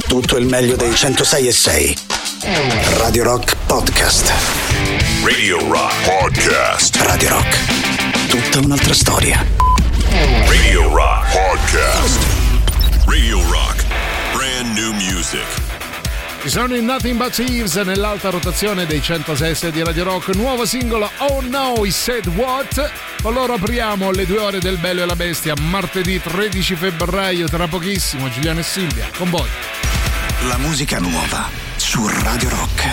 tutto il meglio dei 106.6. Radio Rock Podcast. Radio Rock Podcast. Radio Rock, tutta un'altra storia. Radio Rock Podcast. Radio Rock, brand new music. Ci sono i Nothing But Thieves nell'alta rotazione dei 106 di Radio Rock, nuovo singolo Oh No, He Said What. Con loro apriamo le 2 ore del Bello e la Bestia, martedì 13 febbraio, tra pochissimo Giuliano e Silvia, con voi. La musica nuova su Radio Rock.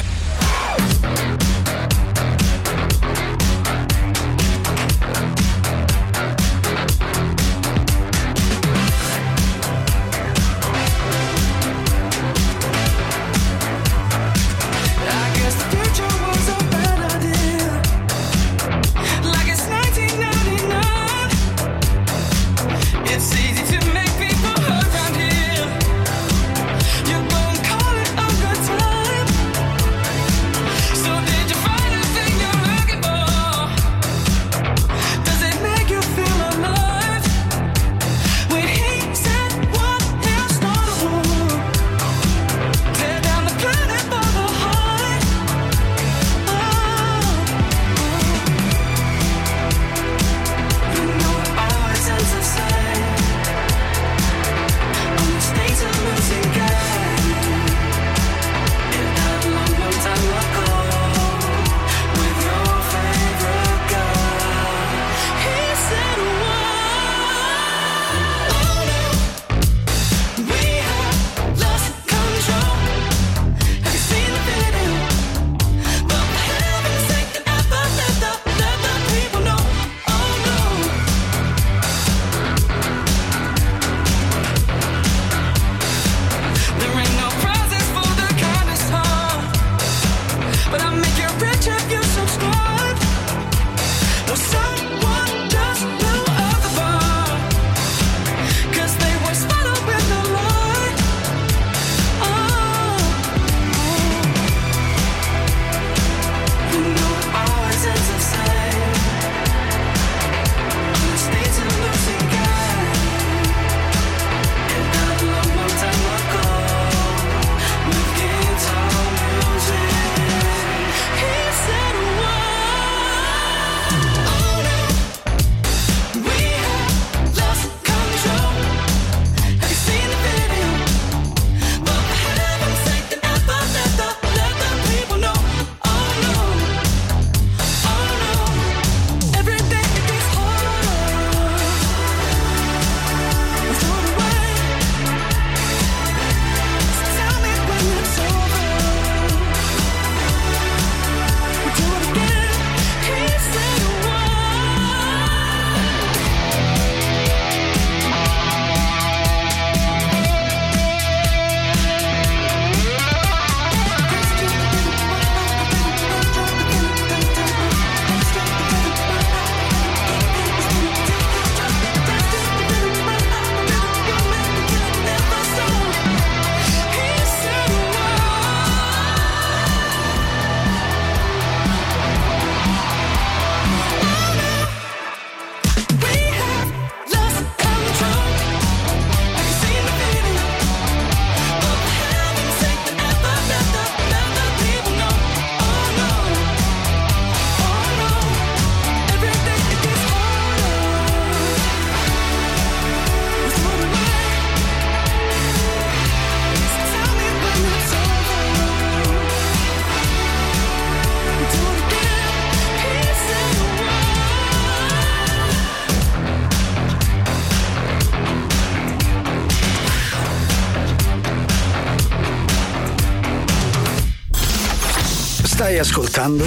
Stai ascoltando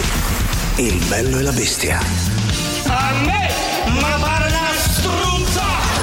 Il Bello e la Bestia. A me, ma pare una struzza!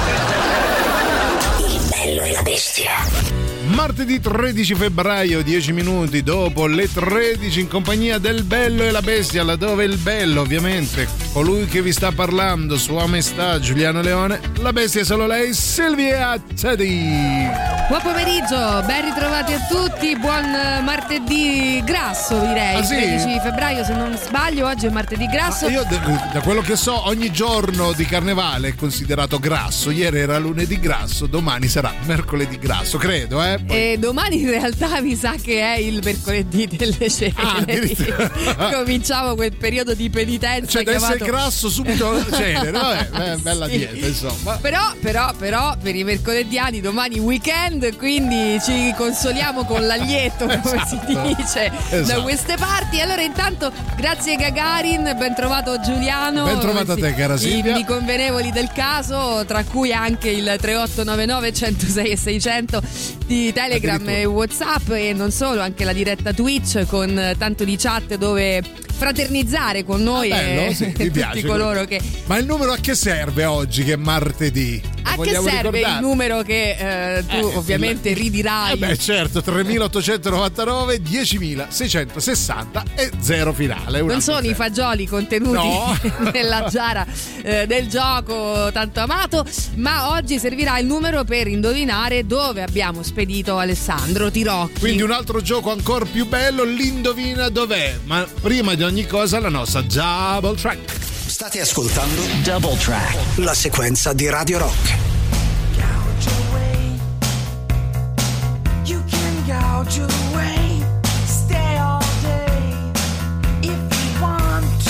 Il Bello e la Bestia. Martedì 13 febbraio, 10 minuti dopo le 13, in compagnia del Bello e la Bestia, laddove il bello, ovviamente, colui che vi sta parlando, Sua Maestà Giuliano Leone, la bestia è solo lei, Silvia Teddy. Buon pomeriggio, ben ritrovati a tutti, buon martedì grasso direi, sì? 13 febbraio se non sbaglio, oggi è martedì grasso. Io da quello che so ogni giorno di carnevale è considerato grasso, ieri era lunedì grasso, domani sarà mercoledì grasso, credo, E domani in realtà mi sa che è il mercoledì delle ceneri. Cominciamo quel periodo di penitenza, cioè chiamato... da essere grasso subito cenere. Vabbè, bella sì. dieta, insomma. Però per i mercolediani domani weekend, quindi ci consoliamo con l'aglietto, come si dice da queste parti. Allora intanto grazie Gagarin, ben trovato Giuliano, ben trovata a te cara Silvia. I convenevoli del caso, tra cui anche il 3899 106 e 600 di Telegram e WhatsApp, e non solo, anche la diretta Twitch con tanto di chat dove fraternizzare con noi bello, e sì, mi tutti piace. coloro che... Ma il numero a che serve oggi che è martedì? A che serve il numero che tu ovviamente ridirai? Beh certo, 3899 10660 e 0 finale. Non sono i fagioli contenuti nella giara del gioco tanto amato, ma oggi servirà il numero per indovinare dove abbiamo spedito Alessandro Tirocchi. Quindi un altro gioco ancora più bello, l'indovina dov'è. Ma prima di ogni cosa la nostra Double Track. State ascoltando Double Track, la sequenza di Radio Rock. You can gouge away, stay all day if you want to.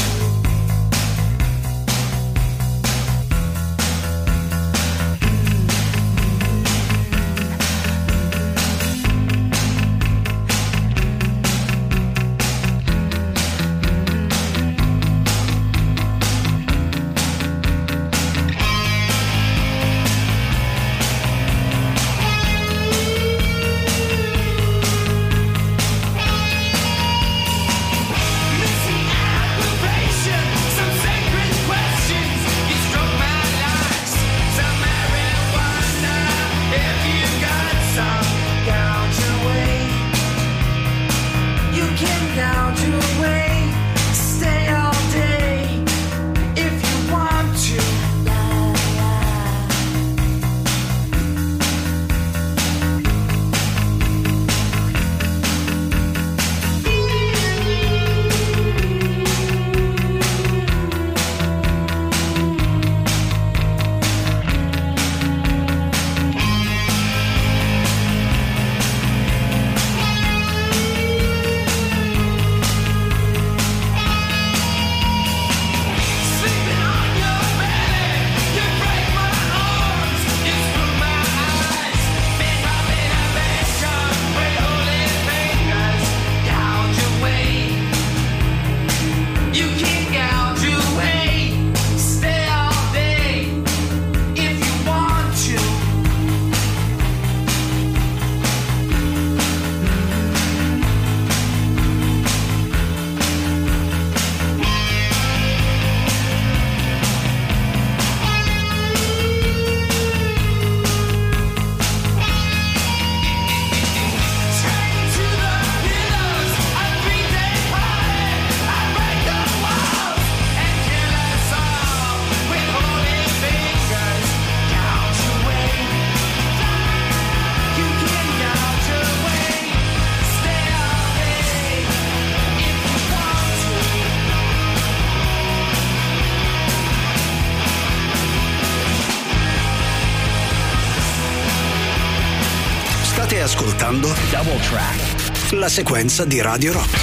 State ascoltando Double Track, la sequenza di Radio Rock.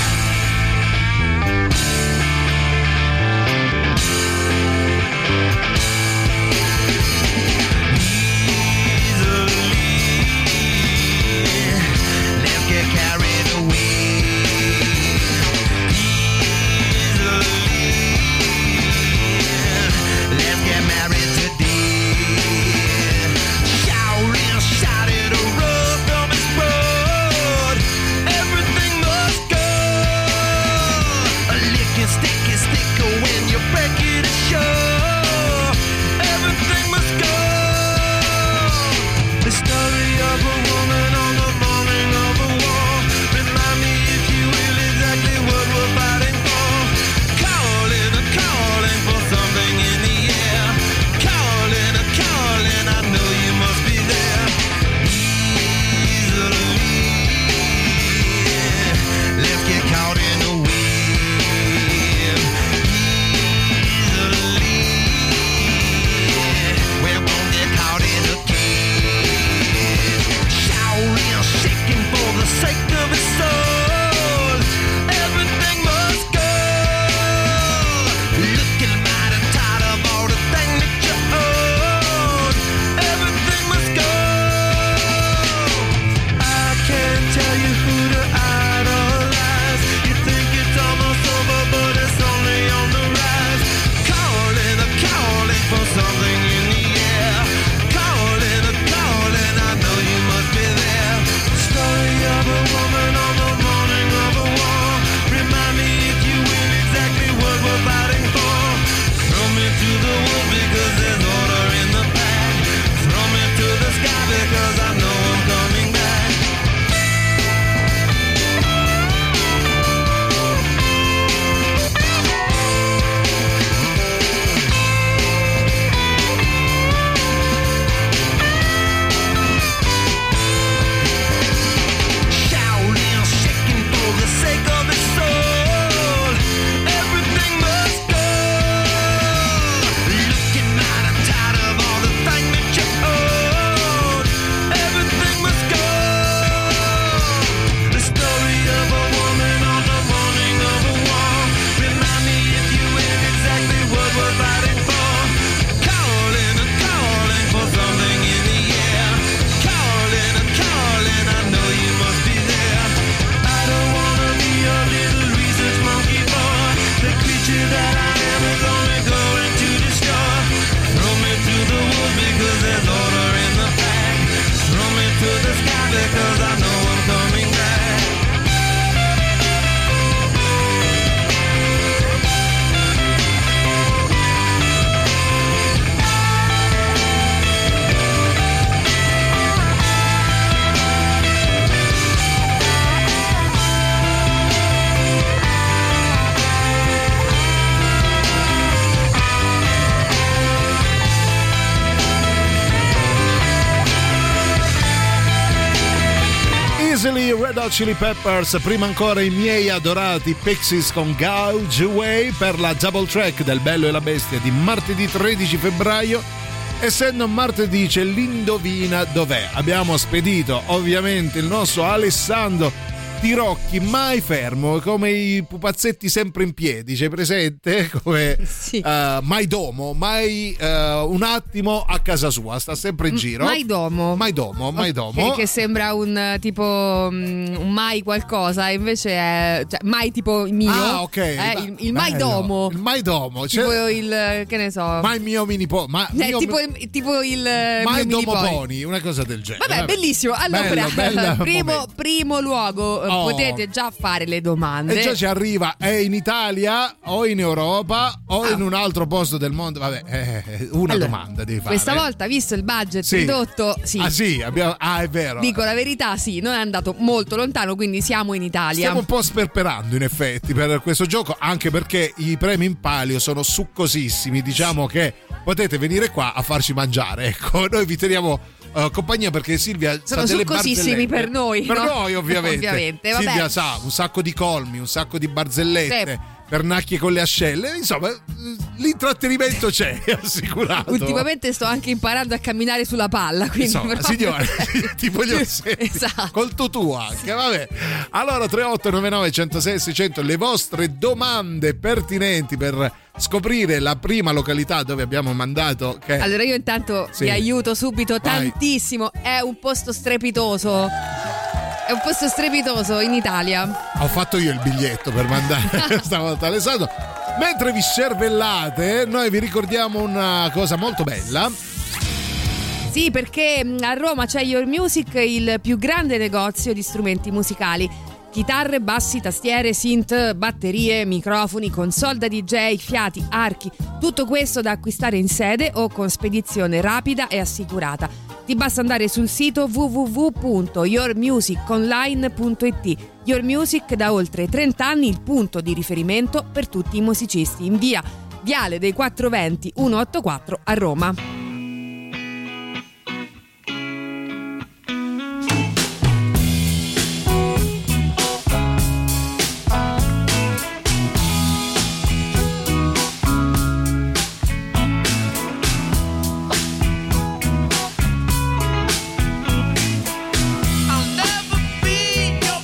Everything must go. sake of its soul. Everything must go. Looking mighty tired of all the things that you own. Everything must go. I can't tell you who to idolize. You think it's almost over, but it's only on the rise. Calling for something in the air. Calling, I know you must be there. Story of a woman on the morning of a war. Remind me, if you will, exactly what we're fighting for. Throw me to the wood because there's order in the pack. Throw me to the sky because I know I'm coming back. For the sake of its soul, everything must go. Looking mighty tired of all the things that you own. Everything must go. The story of a woman on the morning of a war. Remind me, if you will, exactly what we're fighting for. Calling for something in the air. Calling, I know you must be there. I don't wanna be a little research monkey boy. The creature that I am is only going to destroy. Throw me to the woods because there's order in the pack. Throw me to the sky because I know I'm coming back. Easily, Red Hot Chili Peppers, prima ancora i miei adorati Pixies con Gouge Away per la double track del Bello e la Bestia di martedì 13 febbraio. Essendo martedì c'è l'Indovina Dov'è. Abbiamo spedito ovviamente il nostro Alessandro Tirocchi, mai fermo, come i pupazzetti sempre in piedi, c'è presente? Come Sì. mai domo, mai un attimo a casa sua, sta sempre in giro. Mai domo. Che sembra un tipo un mai qualcosa, invece è cioè, mai tipo mio. Ah, ok. Il mai domo. Il mai domo, Tipo cioè, il che ne so. mai mio minipo, tipo il mai mio domoponi, una cosa del genere. Vabbè, bellissimo. Allora, bella primo luogo, potete già fare le domande. E già ci arriva, è in Italia o in Europa o in un altro posto del mondo? Vabbè, una domanda devi fare. Questa volta, visto il budget Sì. ridotto, sì. Ah sì, è vero. Dico la verità, sì, non è andato molto lontano, quindi siamo in Italia. Stiamo un po' sperperando in effetti per questo gioco, anche perché i premi in palio sono succosissimi. Diciamo che potete venire qua a farci mangiare. Ecco, noi vi teniamo compagnia perché Silvia sono sa delle succosissimi barzellette. per noi, per no? noi ovviamente vabbè. Silvia sa un sacco di colmi, un sacco di barzellette, Sì. pernacchie con le ascelle, insomma l'intrattenimento c'è, assicurato. Ultimamente sto anche imparando a camminare sulla palla, quindi Insomma, però... signore, tipo gli orsetti, Esatto. col tutù anche, vabbè. Allora 3899 106 600 le vostre domande pertinenti per scoprire la prima località dove abbiamo mandato che... Allora io intanto Sì. vi aiuto subito tantissimo, è un posto strepitoso. È un posto strepitoso in Italia. Ho fatto io il biglietto per mandare stavolta Alessandro. Mentre vi cervellate, noi vi ricordiamo una cosa molto bella. Sì, perché a Roma c'è Your Music, il più grande negozio di strumenti musicali. Chitarre, bassi, tastiere, synth, batterie, microfoni, console da DJ, fiati, archi. Tutto questo da acquistare in sede o con spedizione rapida e assicurata. Ti basta andare sul sito www.yourmusiconline.it. Your Music da oltre 30 anni il punto di riferimento per tutti i musicisti in via Viale dei 420 184 a Roma. I'll never be your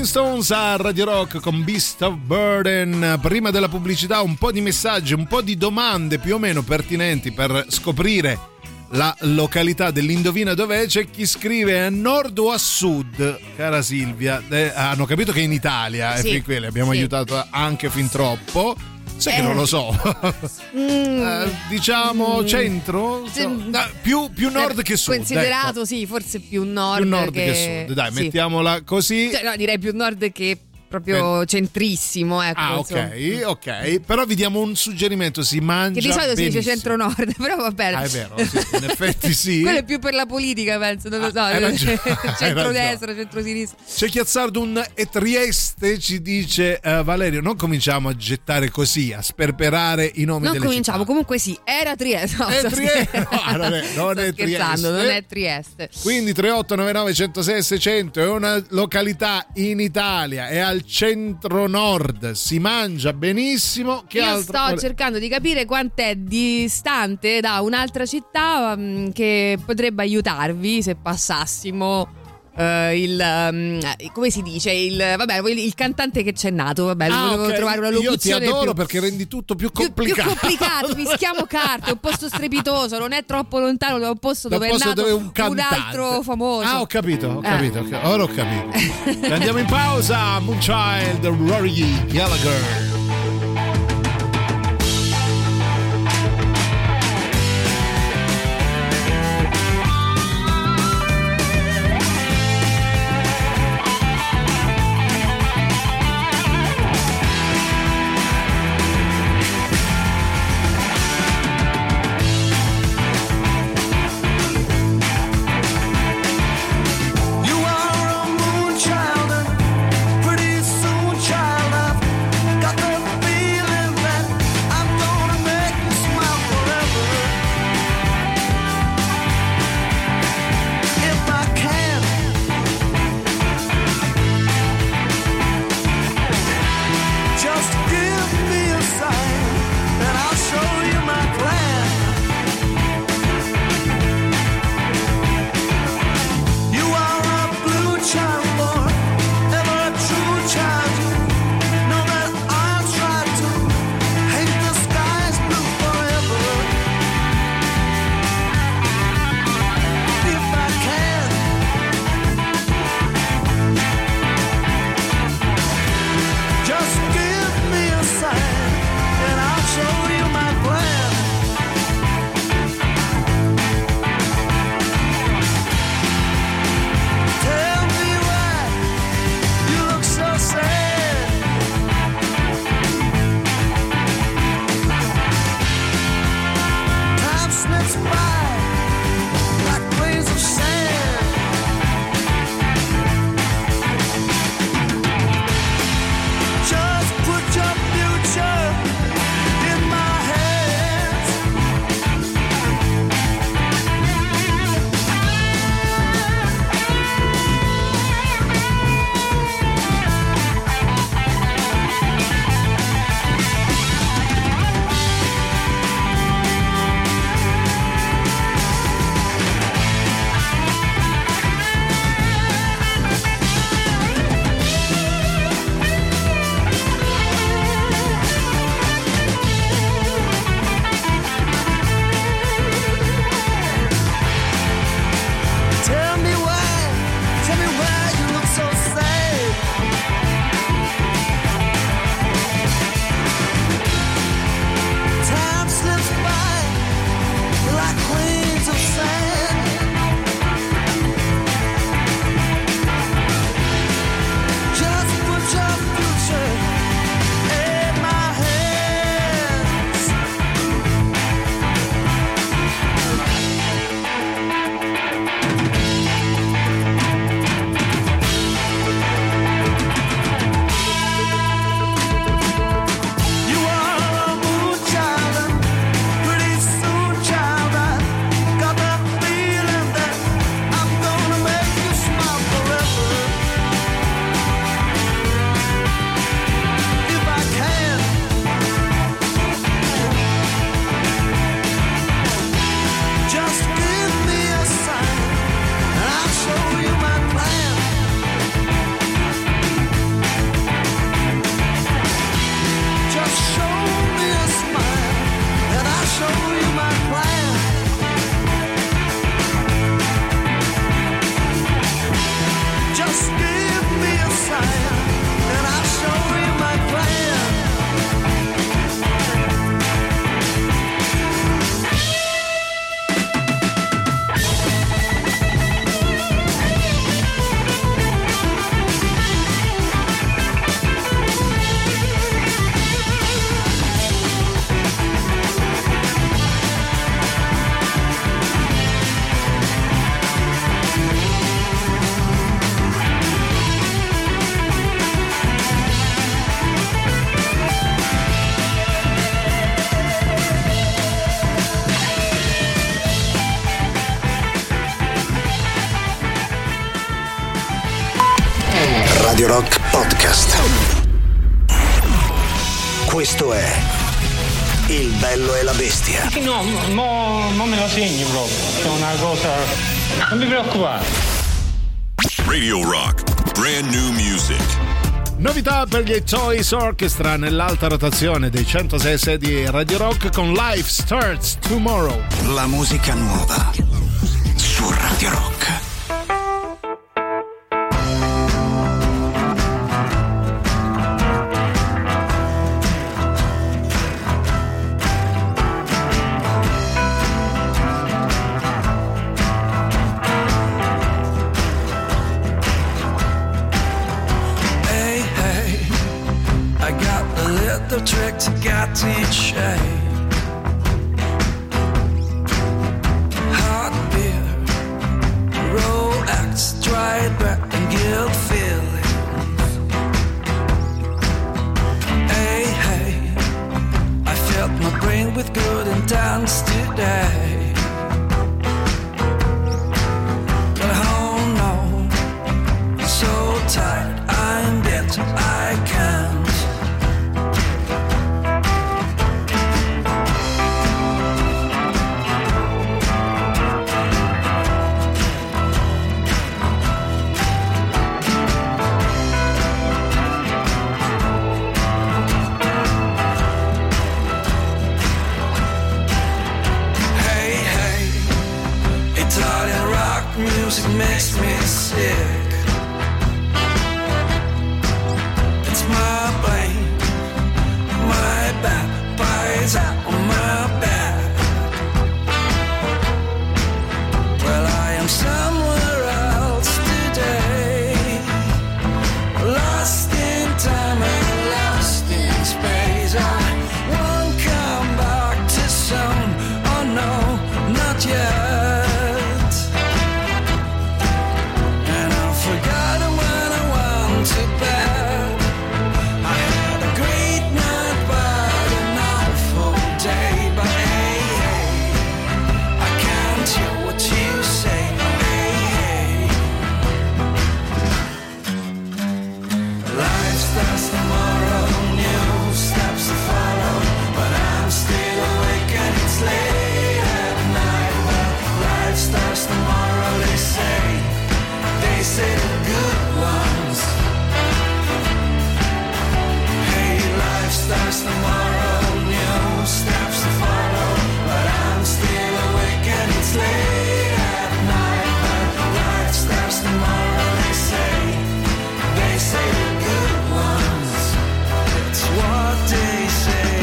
Stones a Radio Rock con Beast of Burden. Prima della pubblicità un po' di messaggi, un po' di domande più o meno pertinenti per scoprire la località dell'Indovina dov'è. C'è chi scrive a nord o a sud, cara Silvia. Hanno capito che è in Italia, sì, e fin qui le abbiamo aiutato anche fin troppo. Sai che non lo so. Diciamo centro? Più nord che sud. Considerato, ecco. Sì, forse più nord, più nord che sud. Dai, sì. mettiamola così. Cioè, no, direi più nord che proprio centrissimo, ecco. Ah, ok. Però vi diamo un suggerimento: si mangia che di solito benissimo. si dice centro-nord, però va bene. Ah, è vero, sì, in effetti sì. Quello è più per la politica, penso, non lo so. Hai ragione, Centrodestra, centrosinistra. C'è chi azzarda un e Trieste, ci dice Valerio. Non cominciamo a gettare così, a sperperare i nomi delle città. Comunque sì, era Trieste. No, Trieste. No, non è Trieste. Non è Trieste. Quindi 3899 106 600 è una località in Italia, è al centro-nord, si mangia benissimo. Io sto cercando di capire quant'è distante da un'altra città che potrebbe aiutarvi se passassimo come si dice, il cantante che c'è nato. Volevo trovare una locuzione. Io ti adoro più, perché rendi tutto più complicato. Più complicato, mischiamo carte, un posto strepitoso, non è troppo lontano da un posto dove è nato un altro famoso. Ho capito. Ora ho capito. Andiamo in pausa. Moonchild, Rory Gallagher. You are a moon child, and pretty soon, child, I've got the Radio Rock Podcast. Questo è Il Bello e la Bestia. No, mo me lo segni proprio. È una cosa. Non mi preoccupare. Radio Rock, brand new music. Novità per gli Toys Orchestra nell'alta rotazione dei 106 di Radio Rock con Life Starts Tomorrow. La musica nuova su Radio Rock. The trick to get each shade. Hot beer, Rolex, dried breath and guilt feelings. Hey, hey, I filled my brain with good and dance today. But oh no, so tired, I'm dead, I can't. Music makes me sick. It's my blame, my bad, bites out on my back. Well, I am somewhere else today, lost in time and lost in space. I won't come back to some, oh no, not yet. Starts tomorrow, new steps to follow, but I'm still awake and it's late at night. But life starts tomorrow, they say the good ones. It's what they say.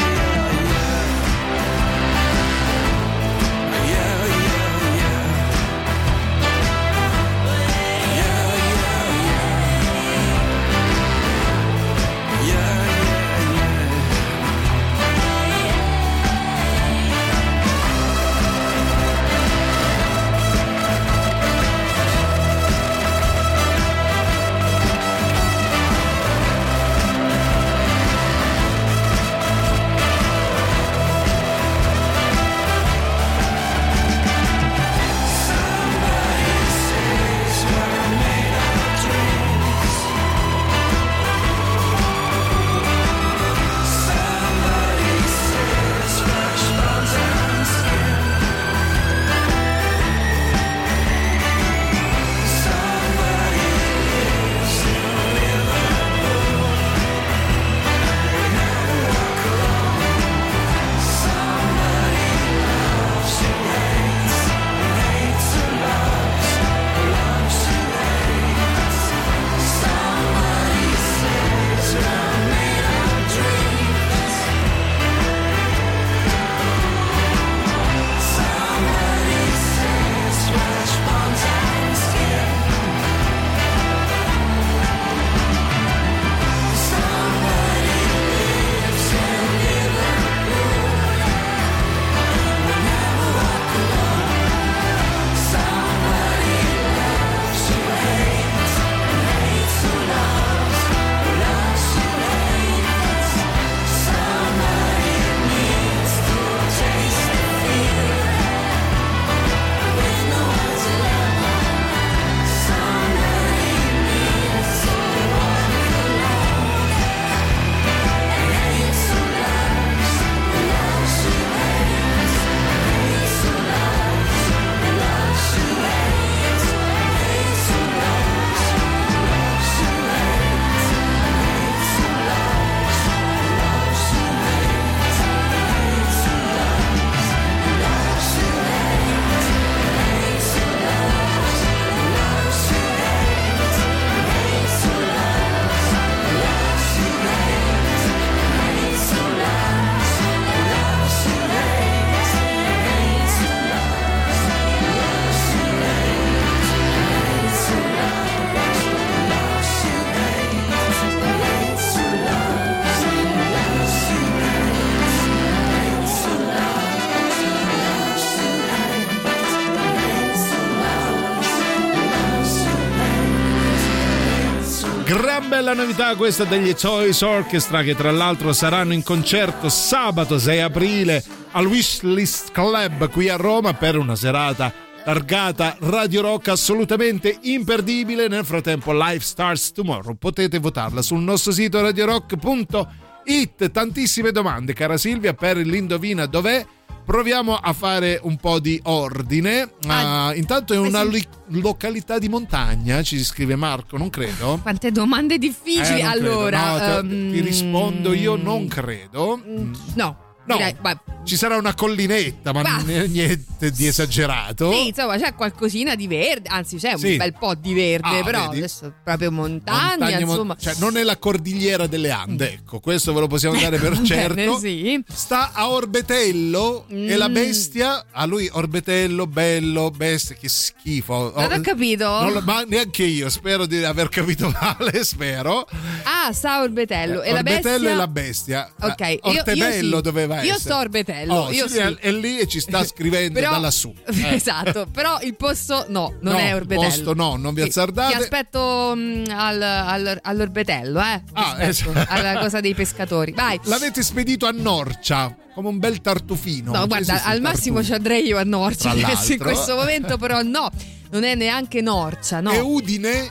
bella novità questa degli Toys Orchestra, che tra l'altro saranno in concerto sabato 6 aprile al Wishlist Club qui a Roma per una serata targata Radio Rock assolutamente imperdibile. Nel frattempo Life Starts Tomorrow potete votarla sul nostro sito radiorock.it. Tantissime domande, cara Silvia, per l'Indovina Dov'è. Proviamo a fare un po' di ordine. Intanto è una località di montagna, ci scrive Marco, non credo. Quante domande difficili. Non allora, credo. No, ti rispondo io, non credo. No. No, direi, ci sarà una collinetta, ma niente di esagerato. Sì, insomma, c'è qualcosina di verde, anzi c'è un bel po' di verde, però vedi? Adesso proprio montagna, insomma. Cioè, non è la cordigliera delle Ande, ecco, questo ve lo possiamo dare per certo. Bene, sì. Sta a Orbetello e la bestia, a lui Orbetello, bello, bestia, che schifo. Non ho capito. Ma neanche io, spero di aver capito male, spero. Sta a Orbetello e Orbetello la bestia. e la bestia. Ok, Ortebello io sì. doveva essere. Io sto a Orbetello. Io sì. È lì e ci sta scrivendo però, da lassù. Esatto, però il posto non è Orbetello. Il posto no, non vi azzardate. Ti aspetto all'Orbetello, esatto. alla cosa dei pescatori. Vai. L'avete spedito a Norcia come un bel tartufino. No, guarda, al massimo ci andrei io a Norcia adesso in questo momento, però no. Non è neanche Norcia, no. È Udine?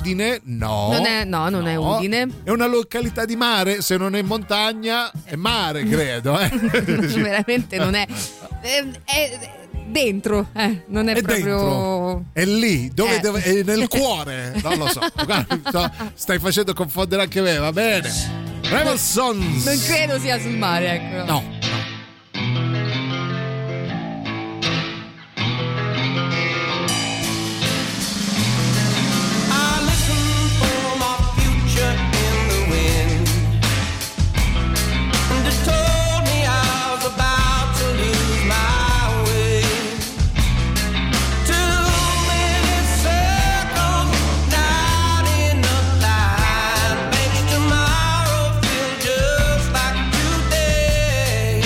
No. Non è Udine. È una località di mare, se non è montagna, è mare, credo. Veramente non è. È dentro, non è proprio. Dentro. È lì, dove è nel cuore. Non lo so. Guarda, stai facendo confondere anche me, va bene. Rebel Sons. Non credo sia sul mare, ecco. No. Tomorrow feel just like today.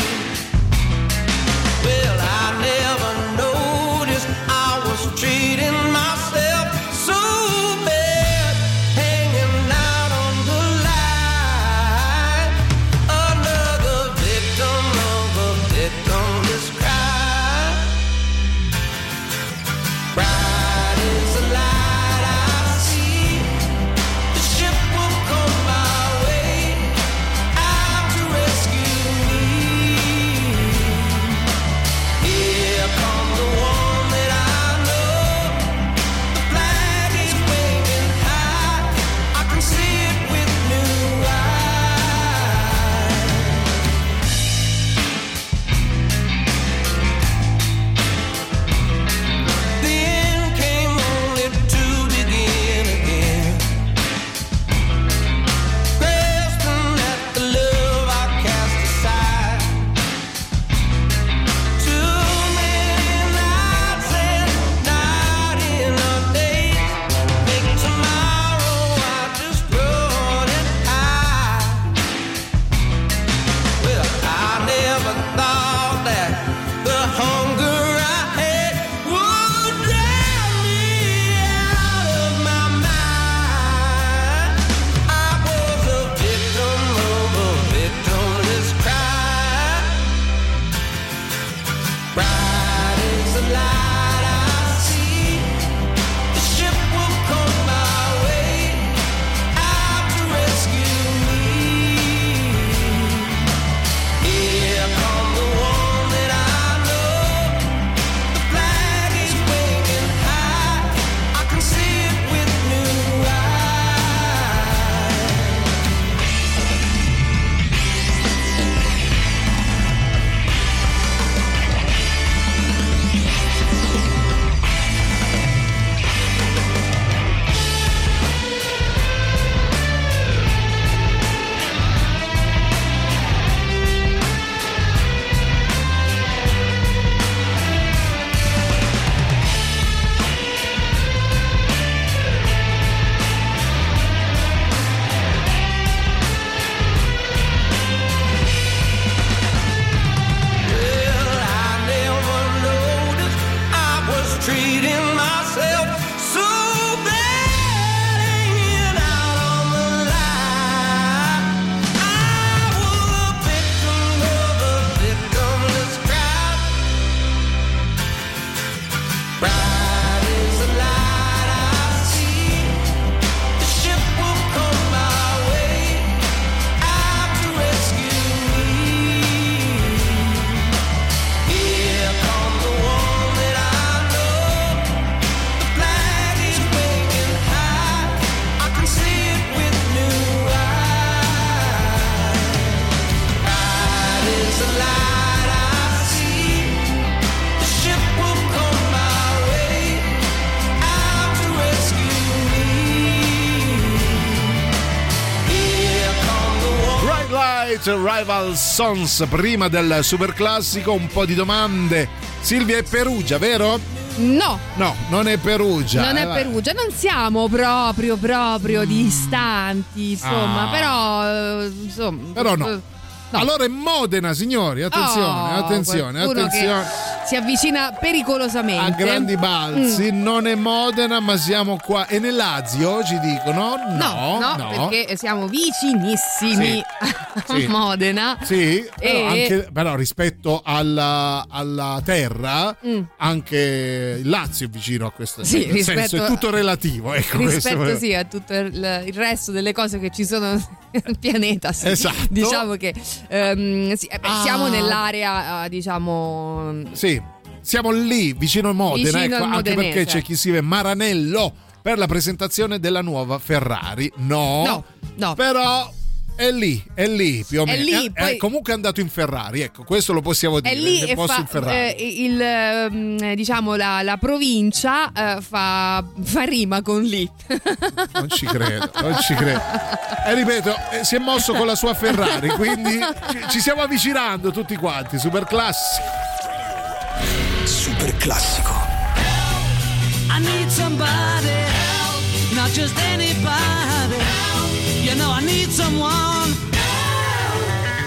Desperate Rival Sons. Prima del super classico un po' di domande. Silvia è Perugia, vero? No, non è Perugia. non è Perugia, non siamo proprio distanti, insomma, Però no. Allora è Modena, signori, attenzione. Si avvicina pericolosamente a grandi balzi. Non è Modena, ma siamo qua. E nel Lazio ci dicono no, perché siamo vicinissimi a Modena. Sì, però rispetto alla terra, anche il Lazio è vicino a questo. Sì, nel senso è tutto relativo, ecco, rispetto sì a tutto il resto delle cose che ci sono nel pianeta, sì. Esatto. Diciamo che siamo nell'area, diciamo. Sì, siamo lì vicino a Modena, ecco, anche perché c'è chi scrive Maranello per la presentazione della nuova Ferrari. No. Però è lì più o meno. È lì, poi comunque è andato in Ferrari, ecco, questo lo possiamo dire. È lì nel e posto in Ferrari. diciamo la provincia fa rima con lì. Non ci credo. E ripeto, si è mosso con la sua Ferrari, quindi ci stiamo avvicinando tutti quanti. Super classico. Super classico. I need somebody help, not just anybody help. You know I need someone help.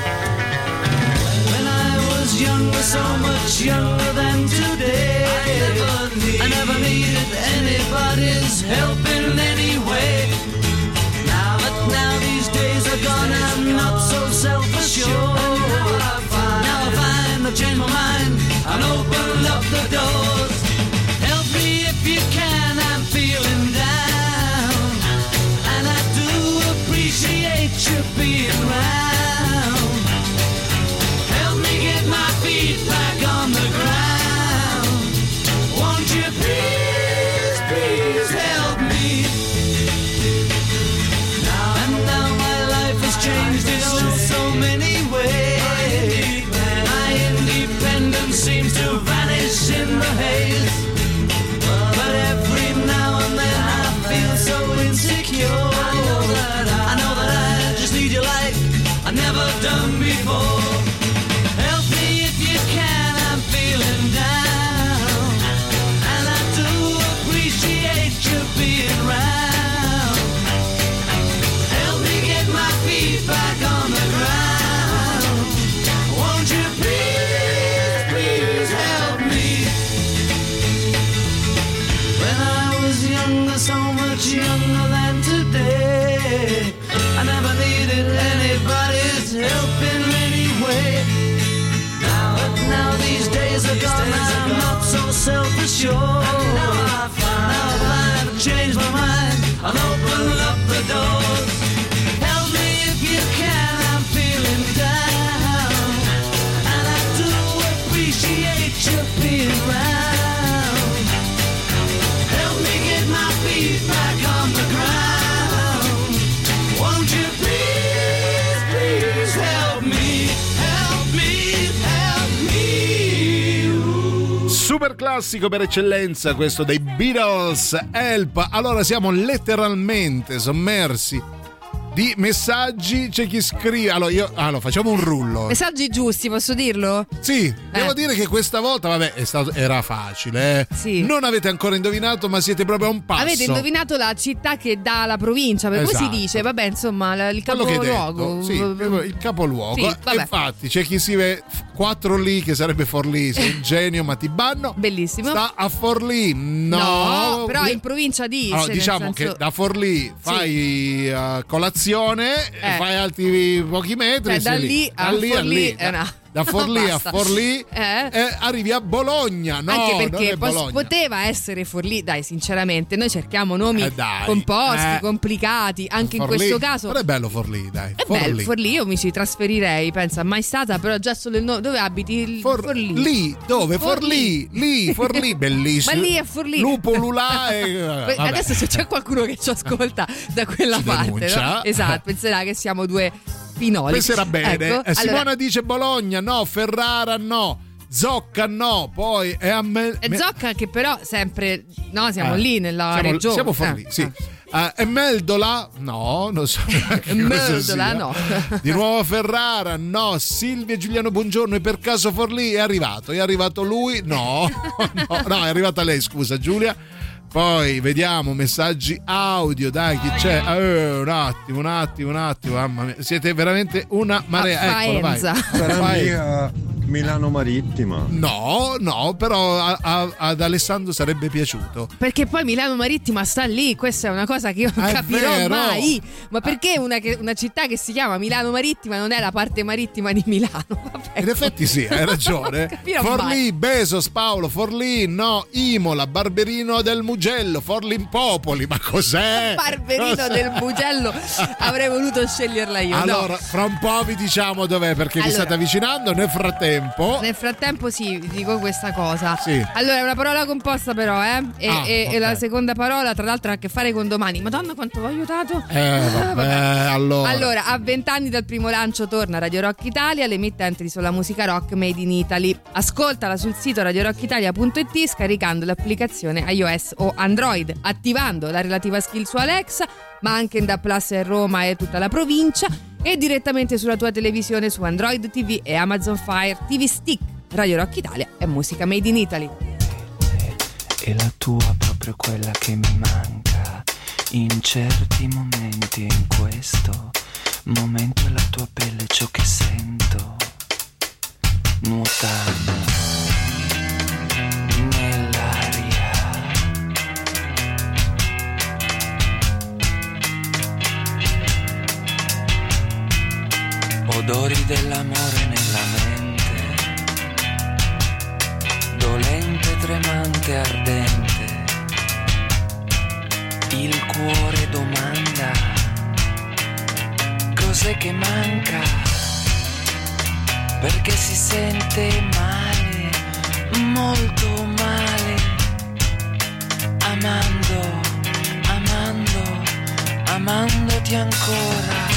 When I was younger, so much younger than today, I never needed anybody's help in any way. Now these days are gone, I'm not so self-assured. Now I find I've changed my mind and opened up the doors. Help me if you can, I'm feeling down, and I do appreciate you being around. Help me get my feet back on the ground. Won't you please, please help me? Now my life has changed in so many ways. My independence seems to vanish in the haze. But every now and then I feel so insecure. I know that I just need you like I've never done before. Help me if you can, I'm feeling down, and I do appreciate you being around. Help me get my feet back on the ground. Won't you please, please help me? When I was younger, so much younger than today, I never needed anybody's help in any way. Now these days are gone, I'm not so self-assured. Now I find I've changed my mind and opened up the doors. Help me if you can, I'm feeling down, and I do appreciate you being around. Help me get my feet back on the ground. Won't you please, please help me, help me, help me. Super classico per eccellenza questo dei Beatles, Help. Allora siamo letteralmente sommersi di messaggi. C'è chi scrive, allora facciamo un rullo. Messaggi giusti, posso dirlo? Sì, devo dire che questa volta era facile, Sì. Non avete ancora indovinato, ma siete proprio a un passo. Avete indovinato la città che dà la provincia, perché Esatto. come si dice? Vabbè, insomma, il Quello che hai capoluogo. detto, sì, il capoluogo. Sì, vabbè. Infatti c'è chi scrive 4 lì, che sarebbe Forlì, sei un genio, ma ti banno. Bellissimo. Sta a Forlì. No, però in provincia di. allora, diciamo che da Forlì fai colazione, fai altri pochi metri, da sei lì a Forlì è una. Da Forlì a Basta. Forlì arrivi a Bologna. No, anche non perché è Bologna. poteva essere Forlì, dai, sinceramente noi cerchiamo nomi dai, composti, complicati, anche Forlì. in questo caso. Però è bello Forlì, dai. È bello, Forlì, io mi ci trasferirei, pensa, mai stata, però già solo il nome. Dove abiti? Forlì. Lì, dove? Forlì, bellissimo. Ma lì è Forlì. Lupo Lulà Adesso se c'è qualcuno che ci ascolta da quella Ci parte, denuncia. no? Esatto, penserà che siamo due pinoli. Penserà bene. Ecco, Simona allora, dice Bologna, no. Ferrara, no. Zocca, no. Poi è a Zocca che però sempre, no, siamo lì nella regione. Siamo Forlì, sì. E Meldola? No, non so. Meldola no. Di nuovo Ferrara? No. Silvia e Giuliano, buongiorno. E per caso Forlì è arrivato? È arrivato lui? No, no, è arrivata lei, scusa Giulia. Poi vediamo messaggi audio, dai, chi c'è? Un attimo, mamma mia, siete veramente una marea. Eccolo, vai. Sarà Milano Marittima. No, però ad Alessandro sarebbe piaciuto. Perché poi Milano Marittima sta lì, questa è una cosa che io non capirò vero. mai. Ma perché una città che si chiama Milano Marittima non è la parte marittima di Milano? Vabbè, in effetti sì, hai ragione. Forlì, Besos, Paolo, Forlì, no, Imola, Barberino del Mugello, Forlimpopoli, ma cos'è? Barberino del Mugello, avrei voluto sceglierla io. Allora, no. fra un po' vi diciamo dov'è, perché vi state avvicinando. Nel frattempo sì, vi dico questa cosa. Sì. Allora, è una parola composta però, okay. E la seconda parola tra l'altro ha a che fare con domani. Madonna quanto vi ho aiutato. Vabbè. Allora, a 20 anni dal primo lancio torna Radio Rock Italia, l'emittente di sola musica rock made in Italy. Ascoltala sul sito radiorockitalia.it scaricando l'applicazione iOS o Android, attivando la relativa skill su Alexa, ma anche in DAB+ e Roma e tutta la provincia, e direttamente sulla tua televisione su Android TV e Amazon Fire TV Stick. Radio Rock Italia è musica made in Italy. E la tua proprio quella che mi manca in certi momenti, e in questo momento è la tua pelle ciò che sento nuotando nell'aria. Odori dell'amore nella mente, dolente, tremante, ardente. Il cuore domanda cos'è che manca, perché si sente male, molto male, amandoti ancora.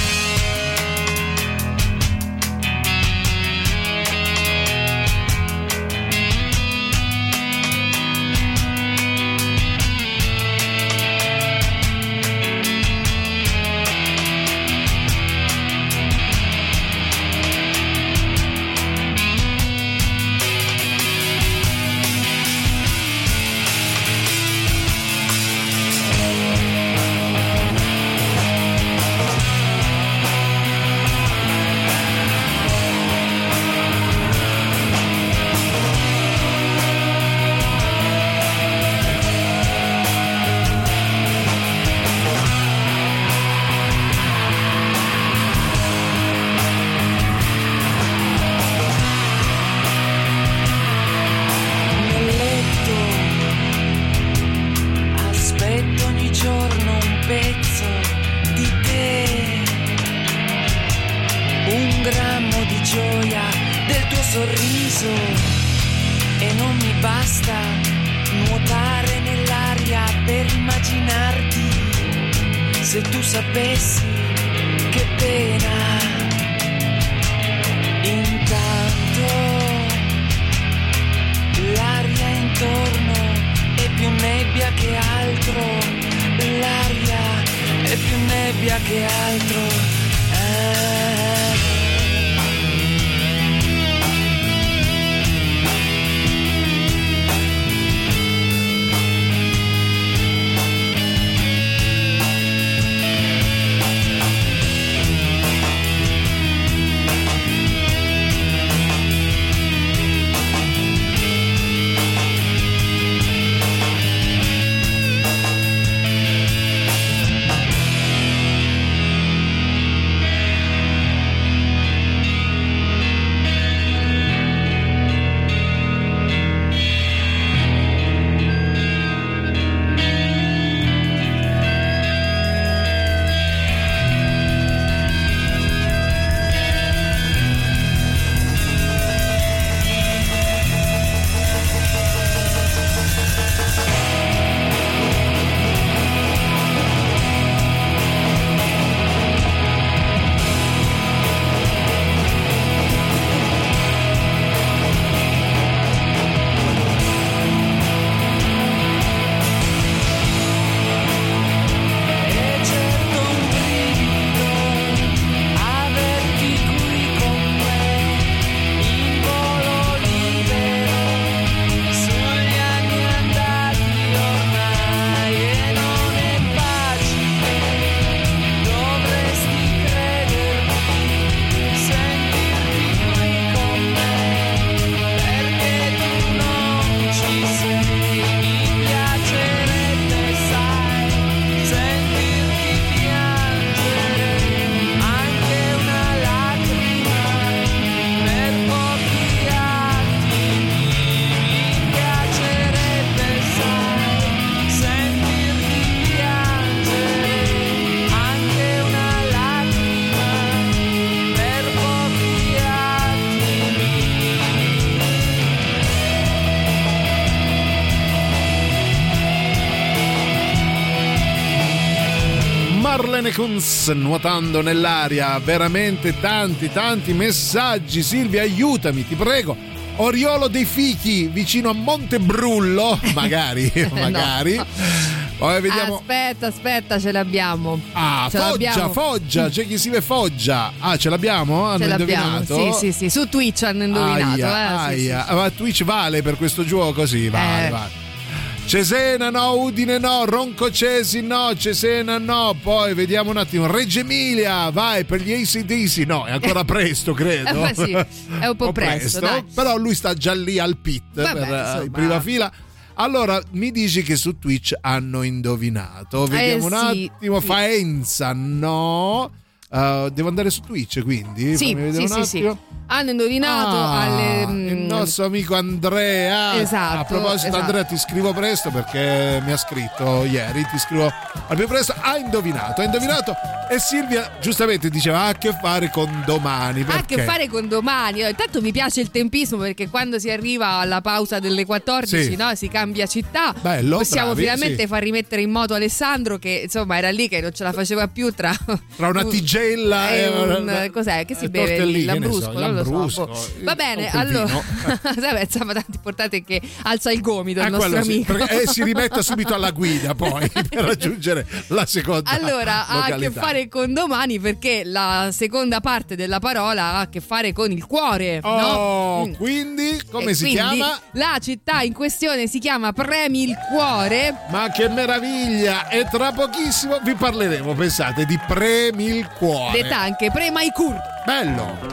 Irene Kunz, nuotando nell'aria. Veramente tanti messaggi. Silvia, aiutami, ti prego. Oriolo dei Fichi, vicino a Montebrullo. Magari. No. Poi vediamo. Aspetta, ce l'abbiamo. Foggia, c'è chi scrive Foggia. Ce l'abbiamo? Hanno indovinato? Sì, su Twitch hanno indovinato. Sì. Ma Twitch vale per questo gioco? Sì, vale. Cesena no, Udine no, Roncocesi no, Cesena no. Poi vediamo un attimo, Reggio Emilia, vai per gli AC/DC. No, è ancora presto, credo. Sì, è un po' presto, dai. Però lui sta già lì al pit. In prima fila. Allora, mi dici che su Twitch hanno indovinato. Vediamo un attimo. Faenza, no. Devo andare su Twitch, quindi? Sì. Hanno indovinato il nostro amico Andrea. Esatto. A proposito, Andrea, ti scrivo presto perché mi ha scritto ieri. Ti scrivo al più presto. Ha indovinato. E Silvia giustamente diceva ha a che fare con domani. Perché? Ha a che fare con domani. Intanto mi piace il tempismo, perché quando si arriva alla pausa delle 14, no, si cambia città. Bello, possiamo bravi, finalmente far rimettere in moto Alessandro, che insomma era lì che non ce la faceva più tra una tigella e un cos'è che si beve? Il lambrusco, non lo so. Va bene, allora insomma, tanto importante che alza il gomito il nostro amico. E si rimetta subito alla guida poi per raggiungere la seconda. Allora, ha a che fare con domani, perché la seconda parte della parola ha a che fare con il cuore, no? Quindi come si chiama? La città in questione si chiama Premi il Cuore. Ma che meraviglia! E tra pochissimo vi parleremo, pensate, di Premi il Cuore. Detta anche Prema i Cur. Bello!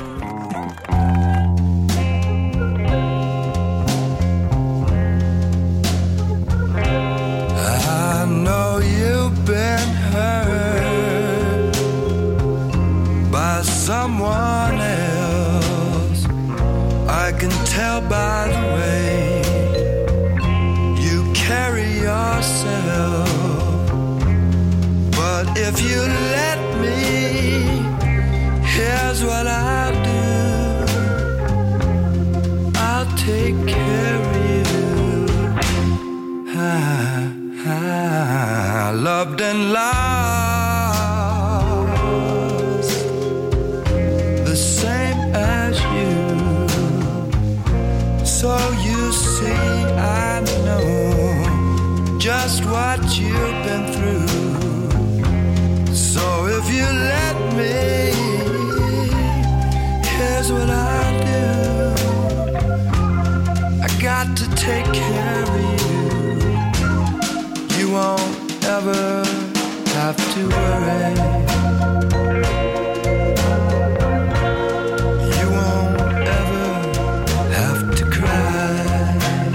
I know you've been hurt by someone else. I can tell by the way you carry yourself. But if you let me, here's what I'll do. I'll take care of you. I loved and lost the same as you. So you see, I know just what you've been through. So if you let me, here's what I'll do. I got to take care of you. You won't ever have to worry. You won't ever have to cry.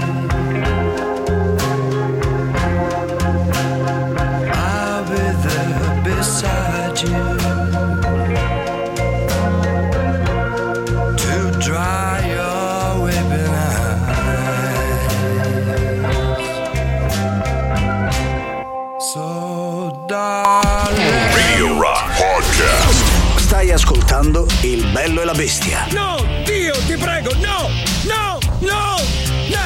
I'll be there beside you to dry your weeping eyes. So darling, Radio Rock Podcast. Stai ascoltando Il Bello e la Bestia. no, Dio, ti prego, no, no, no, no!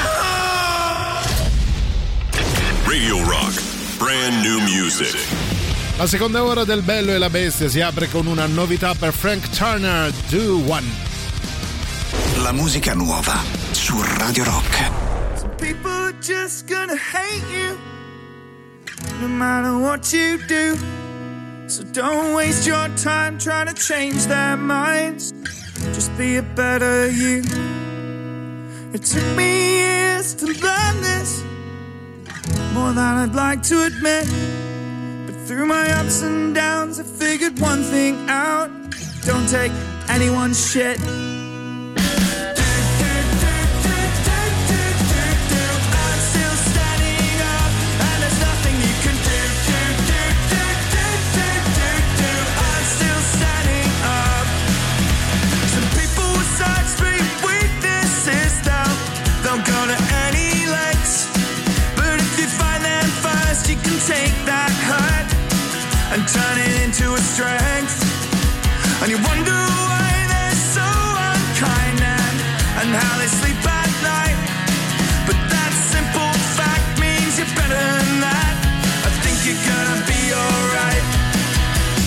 Radio Rock. Brand new music. La seconda ora del Bello e la Bestia si apre con una novità per Frank Turner, Do One. La musica nuova su Radio Rock. Some people are just gonna hate you no matter what you do. So don't waste your time trying to change their minds. Just be a better you. It took me years to learn this, more than I'd like to admit. But through my ups and downs I figured one thing out: don't take anyone's shit. I'm still standing up, and there's nothing you can do. I'm still standing up. Some people with such big weaknesses, they'll go to any lengths. But if you find them first, you can take that hurt and turn it into a strength. And you wonder why they're so unkind and how they sleep at night. But that simple fact means you're better than that. I think you're gonna be alright.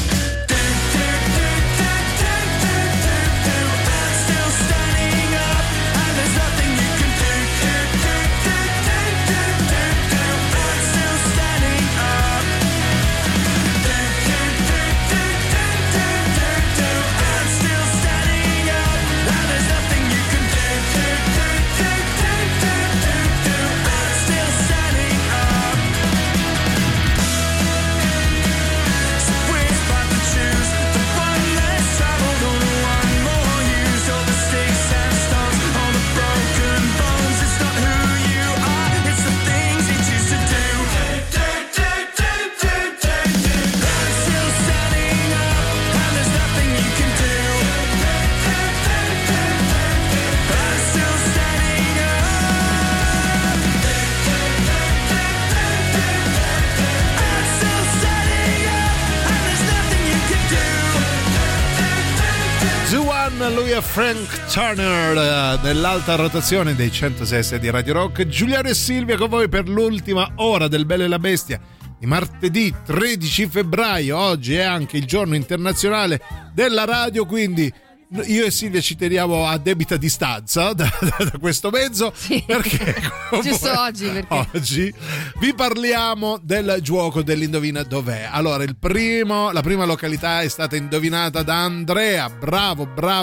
lui è Frank Turner dell'alta rotazione dei 106 di Radio Rock. Giuliano e Silvia con voi per l'ultima ora del Bello e la Bestia di martedì 13 febbraio. Oggi è anche il giorno internazionale della radio, quindi io e Silvia ci teniamo a debita distanza da questo mezzo, sì, perché giusto oggi vi parliamo del gioco dell'indovina dov'è. Allora, la prima località è stata indovinata da Andrea, bravo,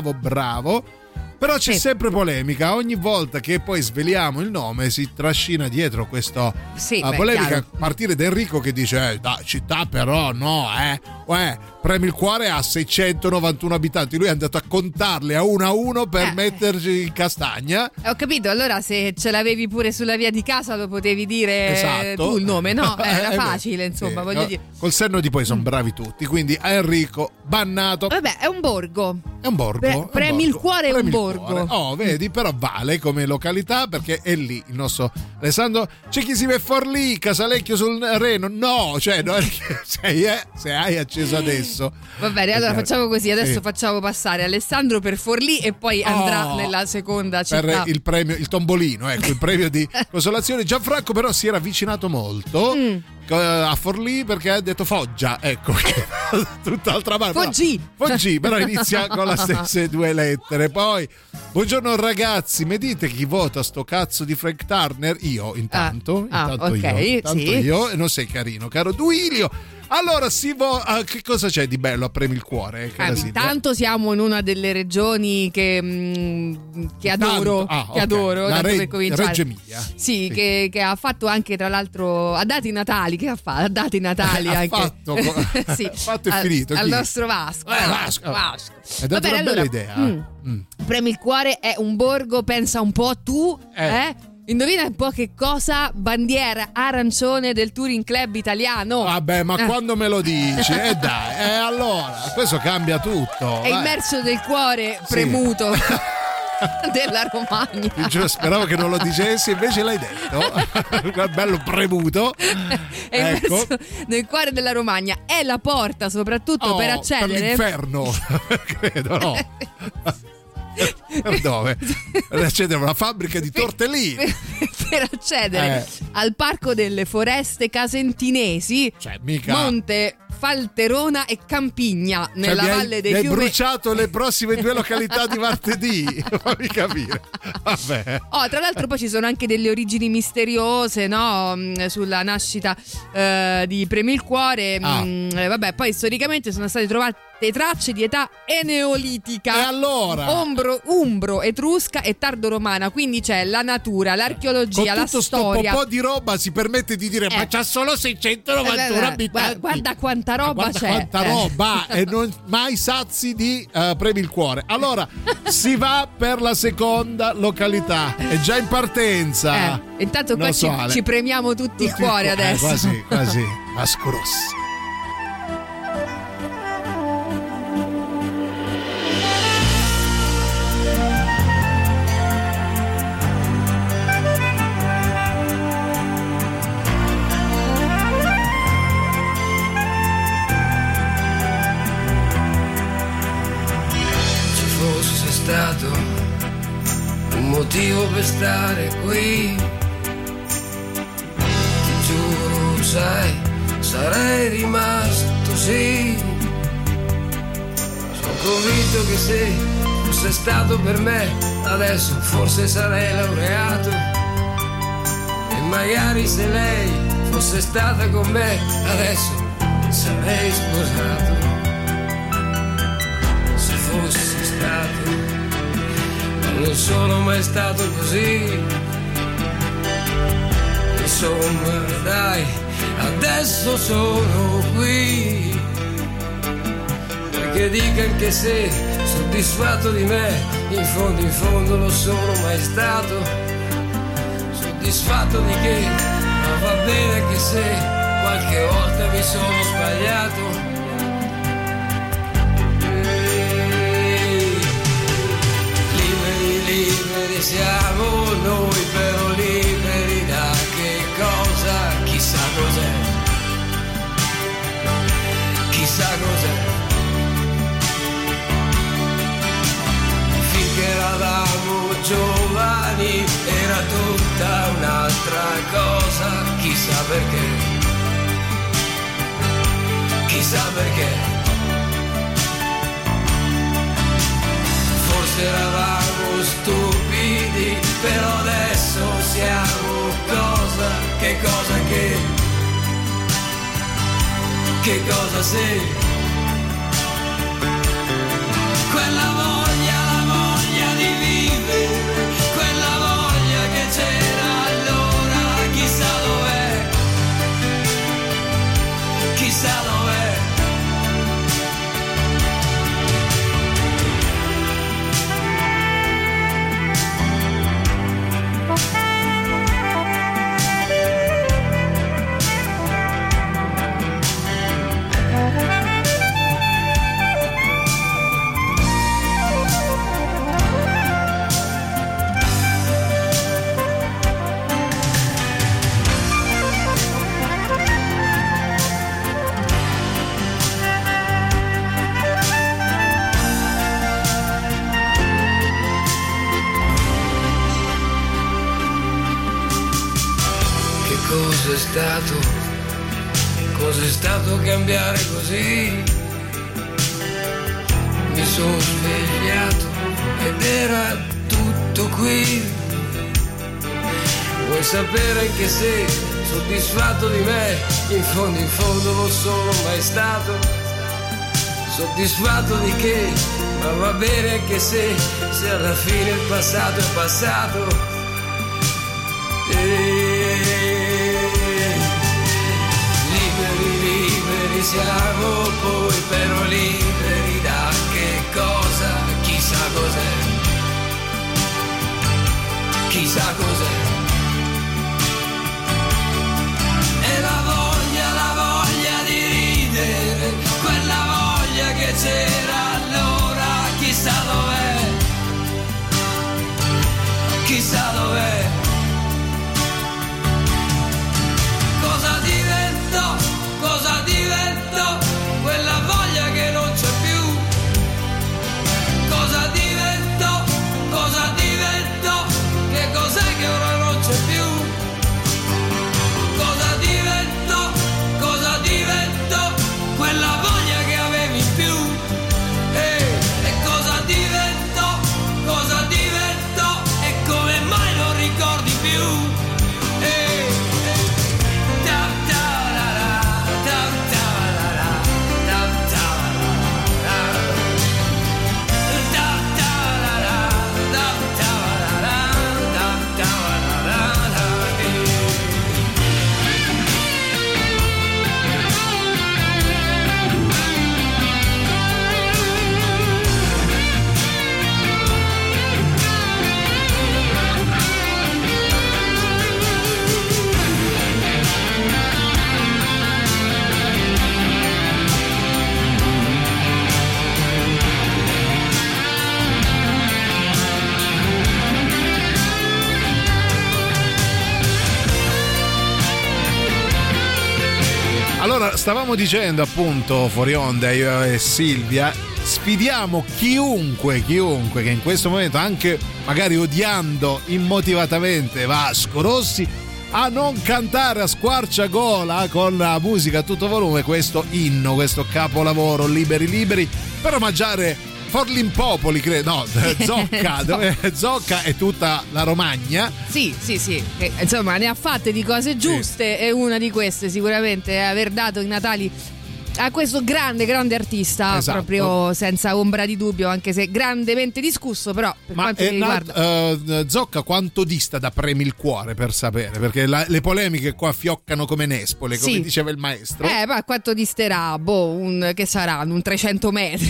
però c'è sempre polemica. Ogni volta che poi sveliamo il nome si trascina dietro questa polemica, chiaro. a partire da Enrico che dice da città però no, Premi il Cuore ha 691 abitanti, lui è andato a contarle a uno per metterci in castagna. Ho capito, allora se ce l'avevi pure sulla via di casa lo potevi dire, esatto, tu il nome, no? Era facile, insomma, voglio dire. Col senno di poi sono bravi tutti, quindi a Enrico bannato. Vabbè, è un borgo. È un borgo. Premi il Cuore, è un borgo. Oh, vedi, però vale come località perché è lì il nostro Alessandro. C'è chi si vede Forlì, Casalecchio sul Reno. No, cioè no, se hai acceso adesso. Va bene, allora facciamo così. Adesso facciamo passare Alessandro per Forlì e poi andrà nella seconda città. Per il premio, il tombolino, ecco, il premio di consolazione. Gianfranco però si era avvicinato molto a Forlì perché ha detto Foggia, ecco, tutt'altra parte. Foggi, però inizia con le stesse due lettere. Poi, buongiorno ragazzi, mi dite chi vota sto cazzo di Frank Turner? Io, intanto io, e non sei carino, caro Duilio. Allora che cosa c'è di bello a Premi il Cuore? Intanto siamo in una delle regioni che adoro, tanto per cominciare. Reggio Emilia. Sì. Che ha fatto anche, tra l'altro, ha dato i Natali, ha dato i Natali anche. Fatto e finito. Al nostro Vasco. Vasco. È data una bella idea. Premi il Cuore è un borgo, pensa un po' tu, Indovina un po' che cosa? Bandiera arancione del Touring Club italiano. Vabbè, ma quando me lo dici? Dai, allora, questo cambia tutto. È immerso del cuore premuto della Romagna. Speravo che non lo dicessi, invece l'hai detto. Bello premuto. È immerso nel cuore della Romagna. È la porta soprattutto per accedere. Per l'inferno, credo, no? Per dove? Per accedere a una fabbrica di tortellini. Per accedere al Parco delle Foreste Casentinesi, cioè, mica... Monte Falterona e Campigna, nella Valle dei Fiumi. Hai bruciato le prossime due località di martedì. Fammi capire. Vabbè. Tra l'altro poi ci sono anche delle origini misteriose, no? Sulla nascita di Premi il Cuore. Vabbè, poi storicamente sono state trovate tracce di età eneolitica, e allora? Umbro, etrusca e tardoromana. Quindi c'è la natura, l'archeologia, la storia. Con tutto sto po' di roba si permette di dire ma c'ha solo 691 abitanti. Guarda quanta roba c'è. Quanta roba e non mai sazi di Premi il Cuore. Allora si va per la seconda località. È già in partenza. Intanto qua ci premiamo tutti il cuore adesso. Quasi. Vasco Rossi. Un motivo per stare qui, ti giuro, sai, sarei rimasto, sì. Sono convinto che se fosse stato per me, adesso forse sarei laureato. E magari se lei fosse stata con me, adesso sarei sposato. Se fosse stato, non sono mai stato così. Insomma, dai, adesso sono qui. Perché dica anche se soddisfatto di me, in fondo lo sono mai stato. Soddisfatto di che, ma va bene anche se qualche volta mi sono sbagliato. Liberi siamo noi, però liberi da che cosa? Chissà cos'è. un'altra cosa, chissà perché, chissà perché. Forse eravamo stupidi, però adesso siamo cosa, che cosa che cosa sei? Quella voglia, la voglia di vivere, quella voglia che c'era allora, chissà dov'è, chissà dov'è. Cos'è stato cambiare così? Mi sono svegliato ed era tutto qui. Vuoi sapere che sei soddisfatto di me? In fondo non sono mai stato soddisfatto di che, ma va bene anche se alla fine il passato è passato. Liberi siamo poi, però liberi da che cosa? Chissà cos'è, chissà cos'è. E la voglia di ridere, quella voglia che c'era allora, chissà dov'è, chissà dov'è. Cosa divento? Quella voglia che non c'è più. Cosa divento? Cosa divento? Che cos'è che ora non c'è più? Cosa divento? Cosa divento? Quella voglia che avevi in più. E cosa divento? Cosa divento? E come mai non ricordi più? Allora, stavamo dicendo appunto fuori onda io e Silvia, sfidiamo chiunque che in questo momento, anche magari odiando immotivatamente Vasco Rossi, a non cantare a squarciagola con la musica a tutto volume questo inno, questo capolavoro, Liberi, per omaggiare Forlimpopoli, credo, no, Zocca, dove Zocca e tutta la Romagna. Sì, che, insomma, ne ha fatte di cose giuste, e una di queste sicuramente è aver dato i Natali a questo grande artista, esatto, proprio senza ombra di dubbio, anche se grandemente discusso, però per quanto mi riguarda Zocca quanto dista da Premi il cuore, per sapere, perché le polemiche qua fioccano come nespole, come diceva il maestro. Ma quanto disterà? Che saranno un 300 metri.